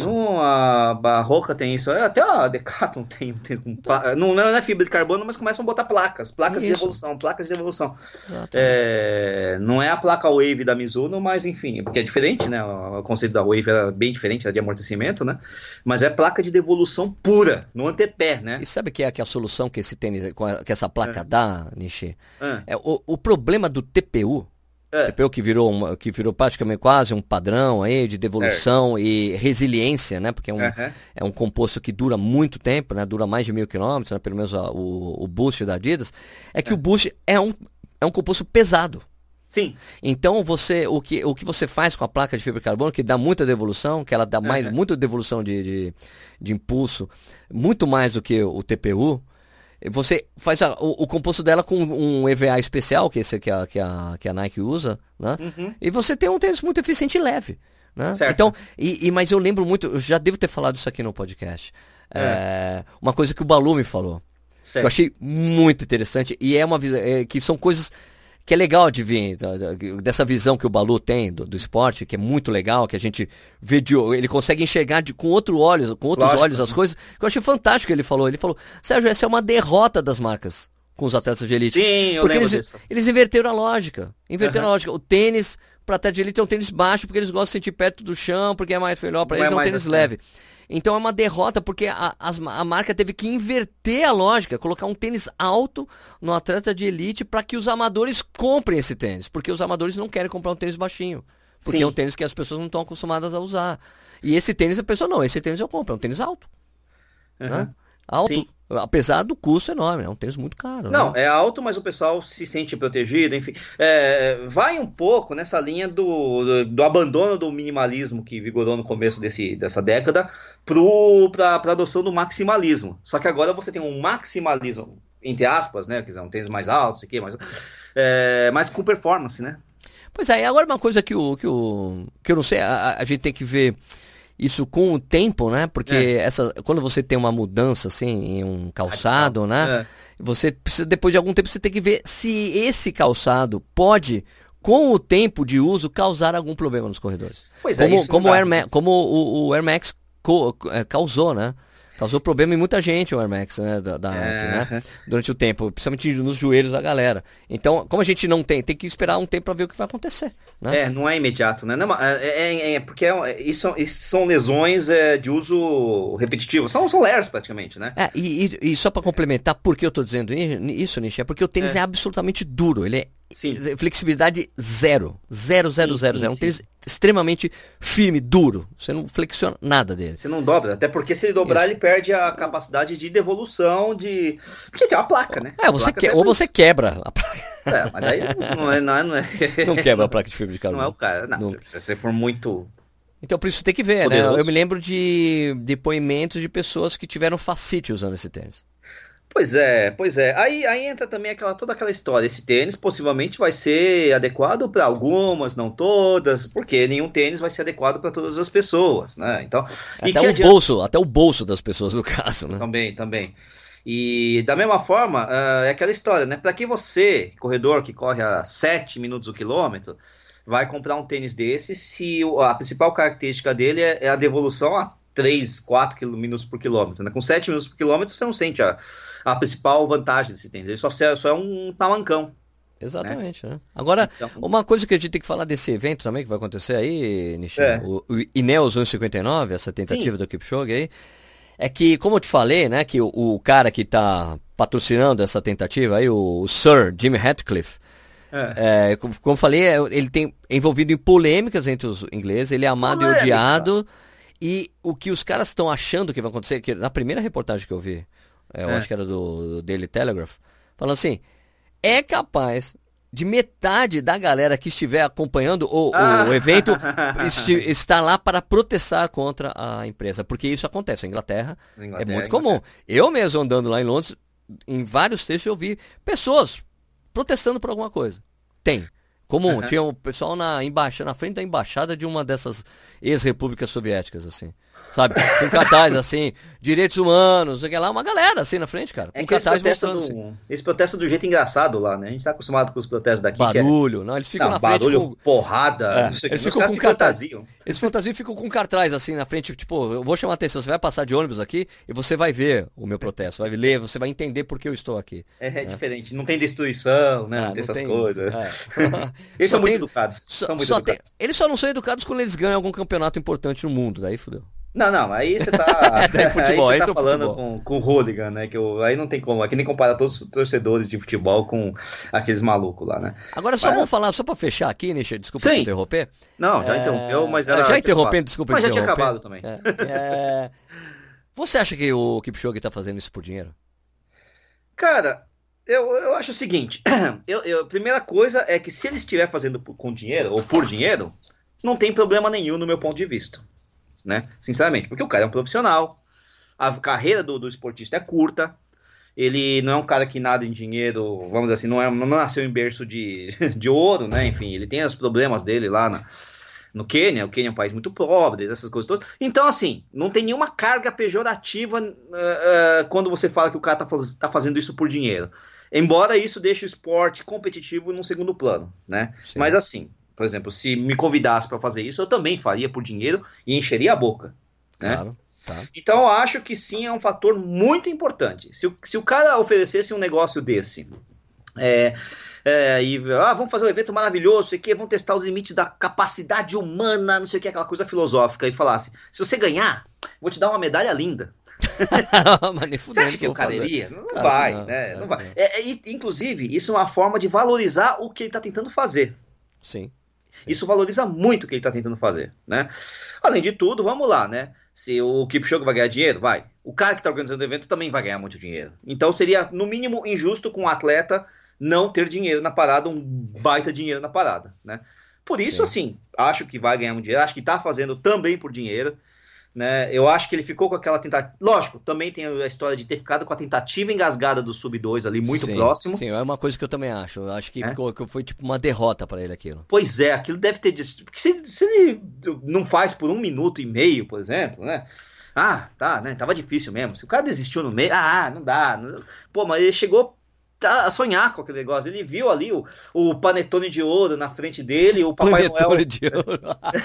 a Roca tem isso. Até a Decathlon tem não é fibra de carbono, mas começam a botar placas de evolução. Exato. Não é a placa Wave da Mizuno, mas enfim, porque é diferente, né? O conceito da Wave era bem diferente, era de amortecimento, né? Mas é placa de devolução pura, no antepé, né? E sabe que é a solução que esse tênis, que essa placa dá, Nishi? O problema do TPU, TPU que virou praticamente quase um padrão aí de devolução e resiliência, né? Porque é um composto que dura muito tempo, né? Dura mais de 1.000 quilômetros, né? Pelo menos o Boost da Adidas. É que o Boost é um composto pesado. Sim. Então o que você faz com a placa de fibra de carbono, que dá muita devolução, que ela dá muita devolução de impulso, muito mais do que o TPU. Você faz o composto dela com um EVA especial, que esse que a Nike usa, né? E você tem um tênis muito eficiente e leve, né? Certo. Então, mas eu lembro muito, eu já devo ter falado isso aqui no podcast. Uma coisa que o Balu me falou, que eu achei muito interessante, e é uma visão que são coisas que é legal de vir, dessa visão que o Balu tem do esporte, que é muito legal, que a gente vê, ele consegue enxergar com outros olhos as coisas, que eu achei fantástico que ele falou. Ele falou, Sérgio, essa é uma derrota das marcas com os atletas de elite. Sim, eu lembro disso. Eles inverteram a lógica. O tênis, para atleta de elite, é um tênis baixo, porque eles gostam de sentir perto do chão, porque é mais melhor para eles, é um tênis leve. Então é uma derrota, porque a marca teve que inverter a lógica, colocar um tênis alto no atleta de elite para que os amadores comprem esse tênis. Porque os amadores não querem comprar um tênis baixinho. Porque é um tênis que as pessoas não estão acostumadas a usar. E esse tênis, a pessoa não, esse tênis eu compro, é um tênis alto. Né? Alto, apesar do custo enorme, é um tênis muito caro. Não, né? É alto, mas o pessoal se sente protegido, enfim. Vai um pouco nessa linha do abandono do minimalismo que vigorou no começo dessa década para a adoção do maximalismo. Só que agora você tem um maximalismo, entre aspas, né? Quer dizer, um tênis mais alto, mas com performance, né? Pois é, agora uma coisa que eu não sei, a gente tem que ver isso com o tempo, né? Porque quando você tem uma mudança assim em um calçado, né? Você precisa, depois de algum tempo, você tem que ver se esse calçado pode, com o tempo de uso, causar algum problema nos corredores. Pois como o Air Max causou, né? Causou problema em muita gente o Air Max, né, da Nike, né, durante o tempo, principalmente nos joelhos da galera. Então, como a gente não tem que esperar um tempo para ver o que vai acontecer. Né? Não é imediato, né? Não, porque isso são lesões de uso repetitivo, são lerds praticamente, né? E só para complementar, por que eu tô dizendo isso, Nishi? É porque o tênis é absolutamente duro, ele é flexibilidade zero. É um tênis extremamente firme, duro. Você não flexiona nada dele. Você não dobra, até porque se ele dobrar, ele perde a capacidade de devolução porque tem uma placa, né? Você quebra a placa. Mas aí não é. Não quebra a placa de fibra de carbono. Não é o cara, não. Se você for muito... Então por isso tem que ver, poderoso. Né? Eu me lembro de depoimentos de pessoas que tiveram fascite usando esse tênis. Pois é. Aí entra também toda aquela história. Esse tênis possivelmente vai ser adequado para algumas, não todas, porque nenhum tênis vai ser adequado para todas as pessoas, né? Então, até o bolso das pessoas no caso, né? Também. E da mesma forma, é aquela história, né? Para que você, corredor que corre a 7 minutos o quilômetro, vai comprar um tênis desse se a principal característica dele é a devolução a 3, 4 minutos por quilômetro, né? Com 7 minutos por quilômetro você não sente a principal vantagem desse tênis, ele só é um tamancão. Exatamente, né? Agora, então, uma coisa que a gente tem que falar desse evento também, que vai acontecer aí, Nishi, o Ineos 1:59, essa tentativa do Kipchoge aí, é que, como eu te falei, né, que o cara que tá patrocinando essa tentativa aí, o Sir Jim Ratcliffe, como eu falei, ele tem envolvido em polêmicas entre os ingleses, ele é amado e odiado, e o que os caras estão achando que vai acontecer, que na primeira reportagem que eu vi, eu acho que era do Daily Telegraph, falando assim, é capaz de metade da galera que estiver acompanhando o evento estar lá para protestar contra a empresa, porque isso acontece na Inglaterra, é muito comum. Eu mesmo andando lá em Londres, em vários textos eu vi pessoas protestando por alguma coisa. Tem. Comum. Tinha um pessoal na frente da embaixada de uma dessas ex-repúblicas soviéticas, assim. Sabe? Com cartaz, assim, direitos humanos, lá, uma galera, assim, na frente, cara. Com cartaz mostrando, assim. Eles protestam do jeito engraçado lá, né? A gente tá acostumado com os protestos daqui. Barulho, não, eles ficam na frente barulho, porrada, eles ficam com cartaz. Eles fantasiam e ficam com cartaz, assim, na frente, tipo, eu vou chamar a atenção, você vai passar de ônibus aqui e você vai ver o meu protesto, vai ler, você vai entender por que eu estou aqui. É diferente, não tem destruição, né? Não tem essas coisas. Eles são muito educados. Eles só não são educados quando eles ganham algum campeonato importante no mundo, daí fudeu. Não, aí você tá, futebol, aí você tá falando com o hooligan, né? Aí não tem como, aqui nem compara todos os torcedores de futebol com aqueles malucos lá, né? Agora vamos falar, só pra fechar aqui, Nishi, desculpa te interromper. Não, já interrompeu, mas era... Já interrompendo, desculpa mas interromper. Mas já tinha acabado também. Você acha que o Kipchoge tá fazendo isso por dinheiro? Cara, eu acho o seguinte, primeira coisa é que se ele estiver fazendo com dinheiro, ou por dinheiro, não tem problema nenhum no meu ponto de vista. Né? Sinceramente, porque o cara é um profissional, a carreira do esportista é curta, ele não é um cara que nada em dinheiro, vamos dizer assim, não nasceu em berço de ouro, né? Enfim, ele tem os problemas dele lá no Quênia, o Quênia é um país muito pobre, essas coisas todas, então assim, não tem nenhuma carga pejorativa quando você fala que o cara tá fazendo isso por dinheiro, embora isso deixe o esporte competitivo num segundo plano, né? Sim. Mas assim, por exemplo, se me convidasse para fazer isso, eu também faria por dinheiro e encheria a boca. Né? Claro, tá. Então eu acho que sim, é um fator muito importante. Se o cara oferecesse um negócio desse, vamos fazer um evento maravilhoso, sei que, vamos testar os limites da capacidade humana, não sei o que, aquela coisa filosófica, e falasse, se você ganhar, vou te dar uma medalha linda. Mas você acha que o cara iria? Não vai, né? Não vai. Inclusive, isso é uma forma de valorizar o que ele está tentando fazer. Sim. Isso valoriza muito o que ele está tentando fazer, né? Além de tudo, vamos lá, né? Se o Kipchoge vai ganhar dinheiro, vai. O cara que está organizando o evento também vai ganhar muito dinheiro. Então seria, no mínimo, injusto com o atleta não ter dinheiro na parada, um baita dinheiro na parada, né? Por isso, assim, acho que vai ganhar muito dinheiro, acho que está fazendo também por dinheiro, né? Eu acho que ele ficou com aquela tentativa. Lógico, também tem a história de ter ficado com a tentativa engasgada do Sub-2 ali muito próximo. Sim, é uma coisa que eu também acho. Eu acho que foi tipo uma derrota para ele aquilo. Pois é, aquilo deve ter. Porque se ele não faz por 1 minuto e meio, por exemplo, né? Tá, né? Tava difícil mesmo. Se o cara desistiu no meio, não dá. Pô, mas ele chegou a sonhar com aquele negócio. Ele viu ali o panetone de ouro na frente dele, o Papai Noel de ouro.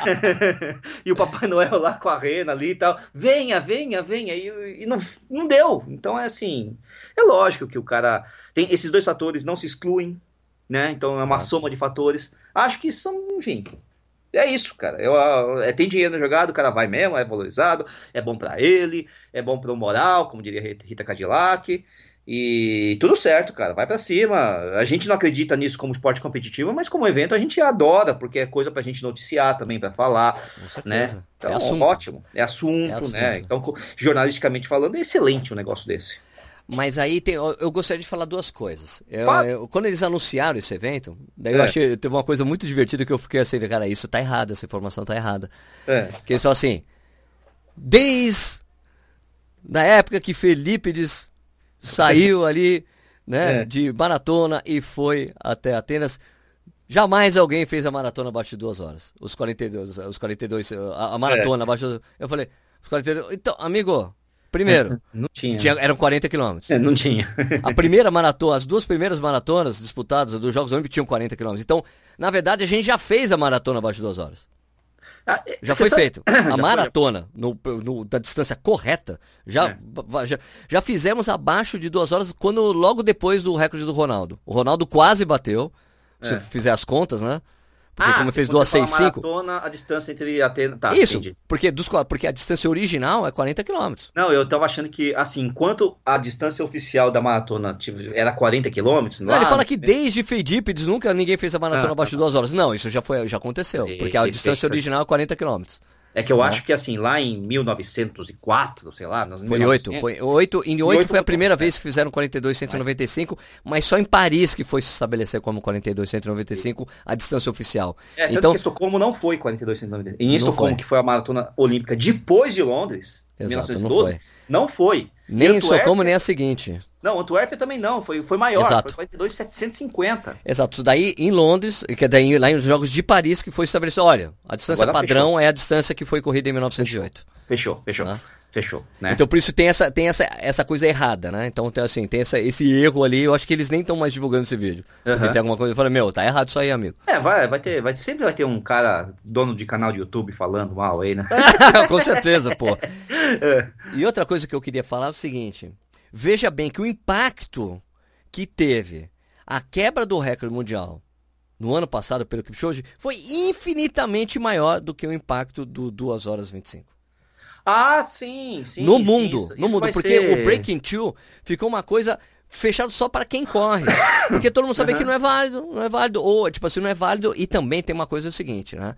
E o Papai Noel lá com a rena ali e tal, venha, e não deu. Então é assim, é lógico que o cara tem esses dois fatores, não se excluem, né? Então é uma soma de fatores. Acho que são, enfim, é isso, cara. Tem dinheiro jogado, o cara vai mesmo, é valorizado, é bom pra ele, é bom pro moral, como diria Rita Cadillac. E tudo certo, cara, vai pra cima. A gente não acredita nisso como esporte competitivo, mas como evento a gente adora, porque é coisa pra gente noticiar também, pra falar, né? Então, é assunto. Ótimo, é assunto, né? Então, jornalisticamente falando, é excelente um negócio desse. Mas aí eu gostaria de falar duas coisas. Quando eles anunciaram esse evento, daí eu achei, teve uma coisa muito divertida que eu fiquei assim, cara, isso tá errado, essa informação tá errada. Que eles falam assim, desde da época que Felipides saiu ali, né, de maratona e foi até Atenas, jamais alguém fez a maratona abaixo de 2 horas. Os 42, a maratona abaixo de... Eu falei, os 42... Então, amigo, primeiro, não tinha. Eram 40 quilômetros. Não tinha. A primeira maratona, as 2 primeiras maratonas disputadas dos Jogos Olímpicos tinham 40 quilômetros. Então, na verdade, a gente já fez a maratona abaixo de 2 horas. Já foi feito. A maratona, da distância correta, já fizemos abaixo de 2 horas, logo depois do recorde do Ronaldo. O Ronaldo quase bateu, se fizer as contas, né? Porque como fez 2:06,5. Maratona, a distância entre Atenas... Tá, isso, entendi. porque a distância original é 40 km. Não, eu tava achando que, assim, enquanto a distância oficial da maratona era 40 km... Não, ele fala que desde Feidípides nunca ninguém fez a maratona abaixo de 2 horas. Não, isso já aconteceu, porque a distância original é 40 km. É que eu acho que, assim, lá em 1904, sei lá... Foi 8. Em 8 foi a primeira vez que fizeram 42,195, mas só em Paris que foi se estabelecer como 42,195 a distância oficial. Tanto então, que Estocolmo não foi 42,195. Em Estocolmo, que foi a maratona olímpica depois de Londres, em 1912, não foi. Nem em Estocolmo, nem a seguinte. Não, Antuérpia também não, foi maior, Exato. foi 42,750. Exato, isso daí em Londres, que é daí lá nos Jogos de Paris que foi estabelecido, olha, a distância Agora padrão fechou. É a distância que foi corrida em 1908. Fechou. Fechou, né? Então por isso tem essa coisa errada, né? Então assim, tem esse erro ali, eu acho que eles nem estão mais divulgando esse vídeo. Porque tem alguma coisa que fala, tá errado isso aí, amigo. Sempre vai ter um cara, dono de canal de YouTube falando mal aí, né? Com certeza, pô. E outra coisa que eu queria falar é o seguinte, veja bem que o impacto que teve a quebra do recorde mundial no ano passado pelo Kipchoge foi infinitamente maior do que o impacto do 2:25. Ah, sim. No mundo, porque ser... o Breaking Two ficou uma coisa fechada só para quem corre. Porque todo mundo sabe que não é válido. Ou, tipo assim, não é válido. E também tem uma coisa seguinte, né?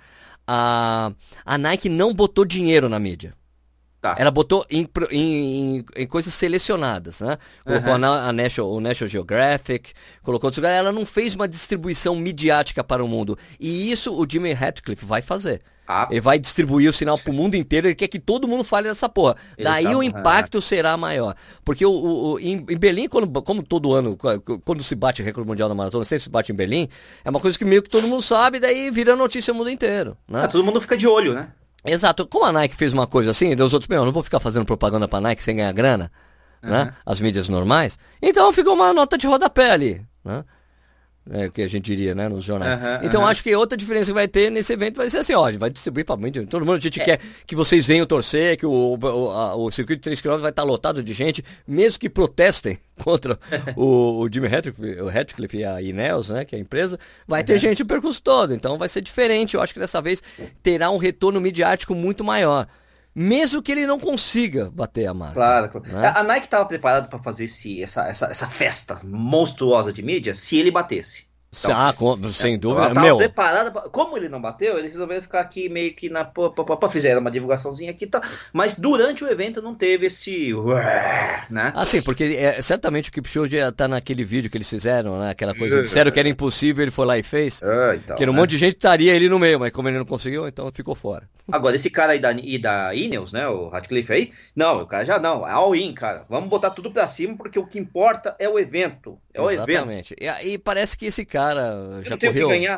A Nike não botou dinheiro na mídia. Tá. Ela botou em coisas selecionadas, né? Colocou o National Geographic, colocou outros lugares. Ela não fez uma distribuição midiática para o mundo. E isso o Jimmy Ratcliffe vai fazer. Ele vai distribuir o sinal pro mundo inteiro, ele quer que todo mundo fale dessa porra. Daí o impacto será maior. Porque em Berlim, como todo ano, quando se bate recorde mundial na maratona, sempre se bate em Berlim, é uma coisa que meio que todo mundo sabe, daí vira notícia no mundo inteiro. Né? Todo mundo fica de olho, né? Exato. Como a Nike fez uma coisa assim, os outros, eu não vou ficar fazendo propaganda pra Nike sem ganhar grana, né? As mídias normais. Então ficou uma nota de rodapé ali, né? É o que a gente diria, né, nos jornais. Então acho que outra diferença que vai ter nesse evento vai ser assim, vai distribuir para todo mundo. A gente quer que vocês venham torcer, que o circuito de 3 km vai estar lotado de gente, mesmo que protestem contra o Jimmy Ratcliffe e a Ineos, né, que é a empresa, vai ter gente o percurso todo. Então vai ser diferente. Eu acho que dessa vez terá um retorno midiático muito maior. Mesmo que ele não consiga bater a marca. Claro. Né? A Nike estava preparada para fazer essa festa monstruosa de mídia se ele batesse. Então, sem dúvida. Ela estava preparada. Como ele não bateu, eles resolveram ficar aqui meio que fizeram uma divulgaçãozinha aqui e tal. Mas durante o evento não teve esse... né? Sim, porque certamente o Kipchoge tá naquele vídeo que eles fizeram, né? Aquela coisa, disseram que era impossível, ele foi lá e fez. Então, que um monte de gente estaria ali no meio, mas como ele não conseguiu, então ficou fora. Agora, esse cara aí da Ineos, né, o Ratcliffe aí, não, o cara já não, é all-in, cara. Vamos botar tudo pra cima, porque o que importa é o evento. Exatamente. E parece que esse cara já não tem correu... o que ganhar.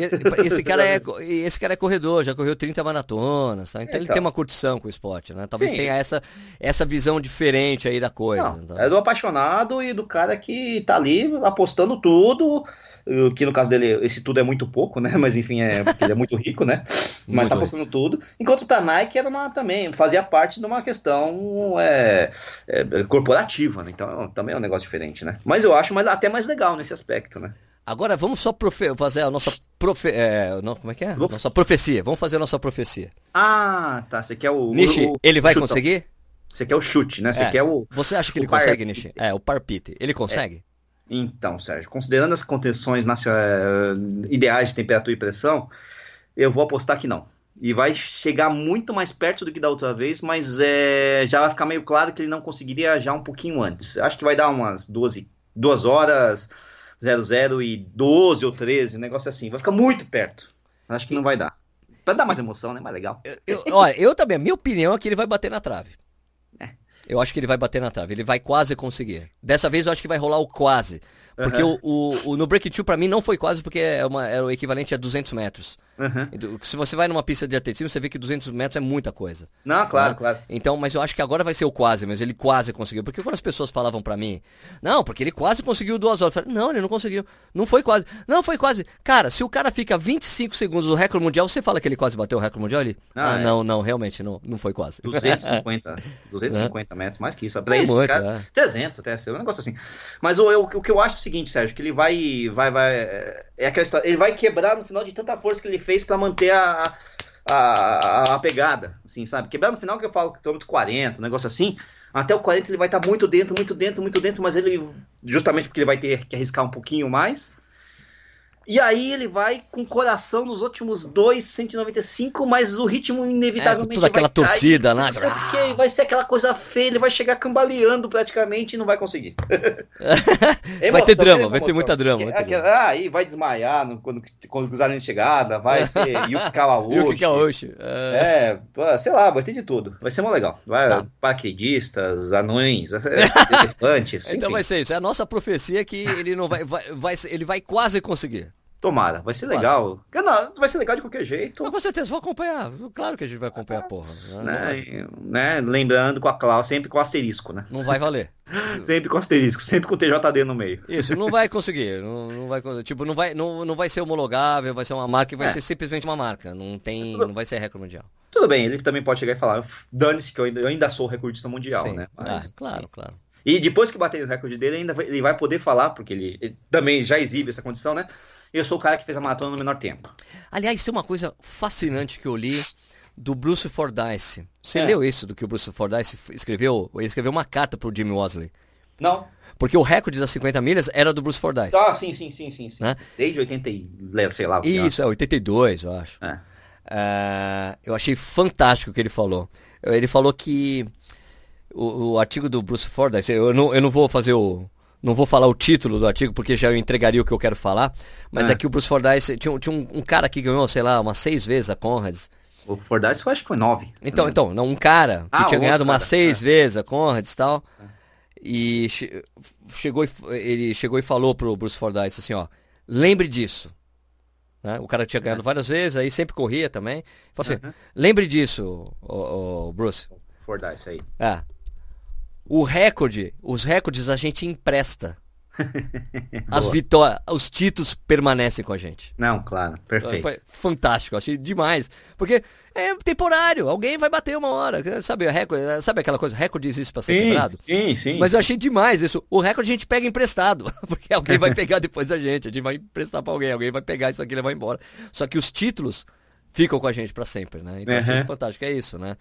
Esse cara é corredor, já correu 30 maratonas, tá? Então ele tem uma curtição com o esporte, né? Talvez tenha essa visão diferente aí da coisa. Não, então. É do apaixonado e do cara que tá ali apostando tudo, que no caso dele, esse tudo é muito pouco, né? Mas enfim, porque ele é muito rico, né? Mas tá apostando tudo. Enquanto a Nike também fazia parte de uma questão corporativa, né? Então também é um negócio diferente, né? Mas eu acho até mais legal nesse aspecto, né? Agora vamos só fazer a nossa como é que é? Nossa profecia. Vamos fazer a nossa profecia. Tá. Você quer o... Nishi, ele vai conseguir? Você quer o chute, né? Você quer o... Você acha que ele consegue, Nishi? O parpite. Ele consegue? Então, Sérgio, considerando as condições ideais de temperatura e pressão, eu vou apostar que não. E vai chegar muito mais perto do que da outra vez, mas já vai ficar meio claro que ele não conseguiria já um pouquinho antes. Acho que vai dar umas 2 horas... 00 e 12 ou 13, um negócio assim. Vai ficar muito perto. Acho que não vai dar. Pra dar mais emoção, né? Mais legal. Olha, eu também. A minha opinião é que ele vai bater na trave. Eu acho que ele vai bater na trave. Ele vai quase conseguir. Dessa vez eu acho que vai rolar o quase. Porque no Break Two pra mim não foi quase, porque era o equivalente a 200 metros. Uhum. Se você vai numa pista de atletismo, você vê que 200 metros é muita coisa. Não, claro, né? claro. Então, mas eu acho que agora vai ser o quase, mas ele quase conseguiu. Porque quando as pessoas falavam pra mim, não, porque ele quase conseguiu 2 horas. Eu falei, não, ele não conseguiu. Não foi quase. Não, foi quase. Cara, se o cara fica 25 segundos do recorde mundial, você fala que ele quase bateu o recorde mundial? Ele, não, realmente, não foi quase. 250 metros, mais que isso. Pra É esses muito, caras, 300 até, um negócio assim. Mas o que eu acho é o seguinte, Sérgio, que ele vai é aquela história, ele vai quebrar no final de tanta força que ele fez pra manter a pegada, assim, sabe? Quebrar no final que eu falo quilômetro 40, um negócio assim, até o 40 ele vai estar muito dentro, mas ele, justamente porque ele vai ter que arriscar um pouquinho mais. E aí ele vai com o coração nos últimos 195, mas o ritmo inevitavelmente toda aquela vai cair, torcida, né? Vai ser aquela coisa feia, ele vai chegar cambaleando praticamente e não vai conseguir. Vai ter drama, vai ter muita drama. Aí vai desmaiar quando cruzarem de chegada, vai ser Yuki Kawauchi. Sei lá, vai ter de tudo. Vai ser mó legal. Paraquedistas, anões, elefantes. Então vai ser isso. É a nossa profecia que ele não ele vai quase conseguir. Tomara, vai ser legal. Não, vai ser legal de qualquer jeito. Mas com certeza, vou acompanhar. Claro que a gente vai acompanhar a porra. Né? Lembrando sempre com asterisco, né? Não vai valer. Sempre com asterisco, sempre com TJD no meio. Isso, não vai conseguir. Não vai ser homologável, vai ser uma marca e vai ser simplesmente uma marca. Não vai ser recorde mundial. Tudo bem, ele também pode chegar e falar, dane-se que eu ainda sou recordista mundial, né? Mas, claro. E depois que bater no recorde dele, ele vai poder falar, porque ele também já exibe essa condição, né? Eu sou o cara que fez a maratona no menor tempo. Aliás, tem uma coisa fascinante que eu li do Bruce Fordyce. Você leu isso do que o Bruce Fordyce escreveu? Ele escreveu uma carta pro Jimmy Worsley. Não. Porque o recorde das 50 milhas era do Bruce Fordyce. Ah, sim. Né? Desde 80, sei lá. Isso, 82, eu acho. Eu achei fantástico o que ele falou. Ele falou que o artigo do Bruce Fordyce, eu não vou fazer não vou falar o título do artigo, porque já eu entregaria o que eu quero falar, mas é que o Bruce Fordyce, tinha um cara que ganhou, sei lá, umas 6 vezes a Conrads. O Fordyce eu acho que foi 9. Então, não, um cara que tinha ganhado umas 6 vezes a Conrads e tal, e ele chegou e falou pro Bruce Fordyce assim, ó, lembre disso. Né? O cara tinha ganhado várias vezes, aí sempre corria também. Falou assim, lembre disso, Bruce. Fordyce aí. Os recordes a gente empresta. As vitórias, os títulos permanecem com a gente. Não, claro, perfeito. Foi fantástico, achei demais. Porque é temporário, alguém vai bater uma hora. Sabe aquela coisa, recorde existe pra ser quebrado? Sim. Mas eu achei demais isso. O recorde a gente pega emprestado. Porque alguém vai pegar depois da gente. A gente vai emprestar pra alguém vai pegar isso aqui e levar embora. Só que os títulos ficam com a gente pra sempre, né? Então achei fantástico, é isso, né?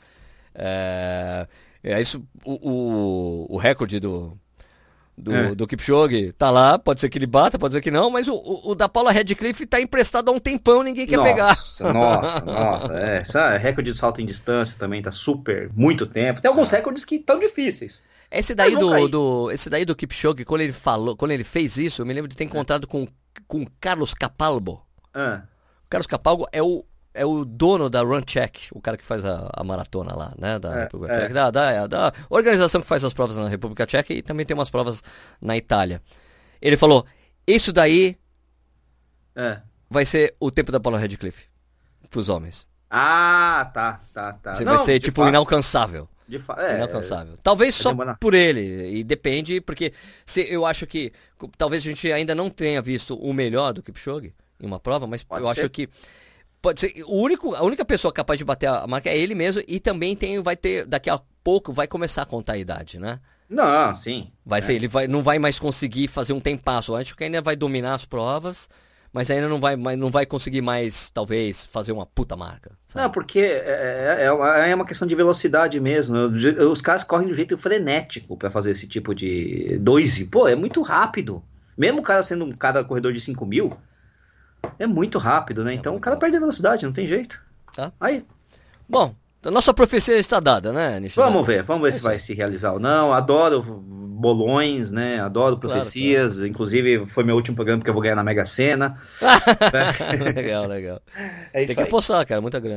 Isso, o recorde do Kipchoge tá lá, pode ser que ele bata, pode ser que não, mas o da Paula Radcliffe tá emprestado há um tempão, ninguém quer pegar. Nossa, essa recorde de salto em distância também tá muito tempo. Tem alguns recordes que estão difíceis. Esse daí do Kipchoge, quando ele fez isso, eu me lembro de ter encontrado com o Carlos Capalbo. O Carlos Capalbo é o dono da Run Check, o cara que faz a maratona lá, né, da República Tcheca, da organização que faz as provas na República Tcheca e também tem umas provas na Itália. Ele falou, isso daí vai ser o tempo da Paula Radcliffe pros homens. Tá. Vai ser tipo fato, inalcançável. Inalcançável. Talvez só por ele, e depende, porque eu acho que talvez a gente ainda não tenha visto o melhor do Kipchoge em uma prova, mas acho que pode ser, a única pessoa capaz de bater a marca é ele mesmo, e também vai ter, daqui a pouco vai começar a contar a idade, né? Não, sim. Vai ser, ele não vai mais conseguir fazer um tempasso. Acho que ainda vai dominar as provas, mas ainda não vai conseguir mais, talvez, fazer uma puta marca. Sabe? Não, porque é uma questão de velocidade mesmo. Os caras correm de um jeito frenético pra fazer esse tipo de 2. Pô, é muito rápido. Mesmo o cara sendo um cara corredor de 5 mil, é muito rápido, né? Então o cara perde a velocidade, não tem jeito. Tá. Aí. Bom, a nossa profecia está dada, né, Nishida? Vamos ver se vai se realizar ou não. Adoro bolões, né? Adoro profecias. Claro. Inclusive, foi meu último programa porque eu vou ganhar na Mega Sena. Legal. É isso tem que apostar, cara, muita grana.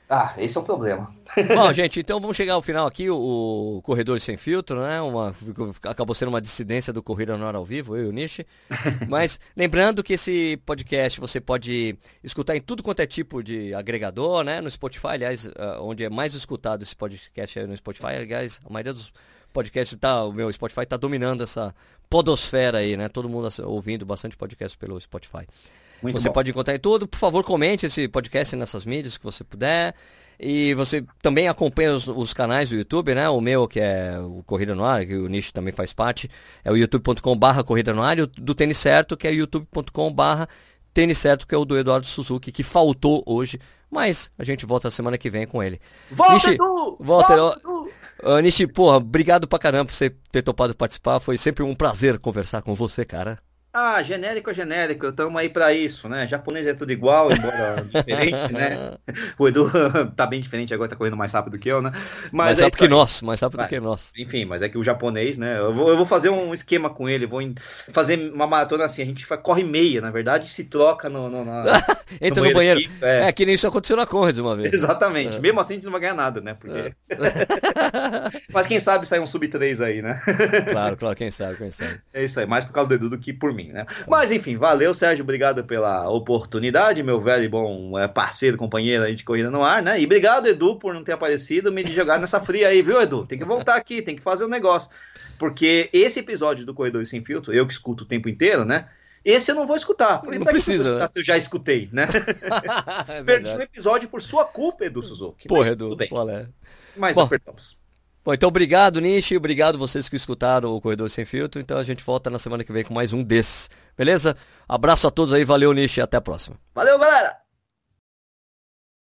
Ah, esse é o problema. Bom, gente, então vamos chegar ao final aqui, o Corredor Sem Filtro, né? Acabou sendo uma dissidência do Corrida no Ar ao vivo, eu e o Nishi. Mas lembrando que esse podcast você pode escutar em tudo quanto é tipo de agregador, né? No Spotify, aliás, onde é mais escutado esse podcast é no Spotify. Aliás, a maioria dos podcasts, o meu Spotify está dominando essa podosfera aí, né? Todo mundo ouvindo bastante podcast pelo Spotify. Muito Você bom. pode encontrar em tudo. Por favor, comente esse podcast nessas mídias que você puder. E você também acompanha os canais do YouTube, né? O meu, que é o Corrida no Ar, que o Nishi também faz parte, é o youtube.com/Corrida no Ar, e o do Tênis Certo, que é youtube.com/Tênis Certo, que é o do Eduardo Suzuki, que faltou hoje, mas a gente volta semana que vem com ele. Volta, Nishi, Edu! volta, Edu! Nishi, porra, obrigado pra caramba por você ter topado participar. Foi sempre um prazer conversar com você, cara. Ah, genérico é genérico, estamos aí pra isso, né? Japonês é tudo igual, embora diferente, né? O Edu tá bem diferente agora, tá correndo mais rápido que eu, né? Mais rápido que nós, mais rápido que nós. Enfim, mas é que o japonês, né? Eu vou fazer um esquema com ele, vou fazer uma maratona assim, a gente corre meia, na verdade, se troca entra no banheiro. Aqui, é que nem isso aconteceu na Conrads uma vez. Exatamente, mesmo assim a gente não vai ganhar nada, né? Porque... Mas quem sabe sai um sub-3 aí, né? Claro, quem sabe. É isso aí, mais por causa do Edu do que por mim, né? Mas enfim, valeu, Sérgio, obrigado pela oportunidade, meu velho e bom parceiro, companheiro aí de Corrida no Ar, né? E obrigado, Edu, por não ter aparecido, me jogar nessa fria aí, viu, Edu? Tem que voltar aqui, tem que fazer um negócio. Porque esse episódio do Corredor Sem Filtro, eu que escuto o tempo inteiro, né? Esse eu não vou escutar. Porque não precisa, né? Se eu já escutei, né? Perdi um episódio por sua culpa, Edu Suzuki. Porra, Edu, tudo bem. Mas apertamos. Bom, então obrigado, Nishi, obrigado vocês que escutaram o Corredor Sem Filtro. Então a gente volta na semana que vem com mais um desses, beleza? Abraço a todos aí, valeu, Nishi, até a próxima. Valeu, galera!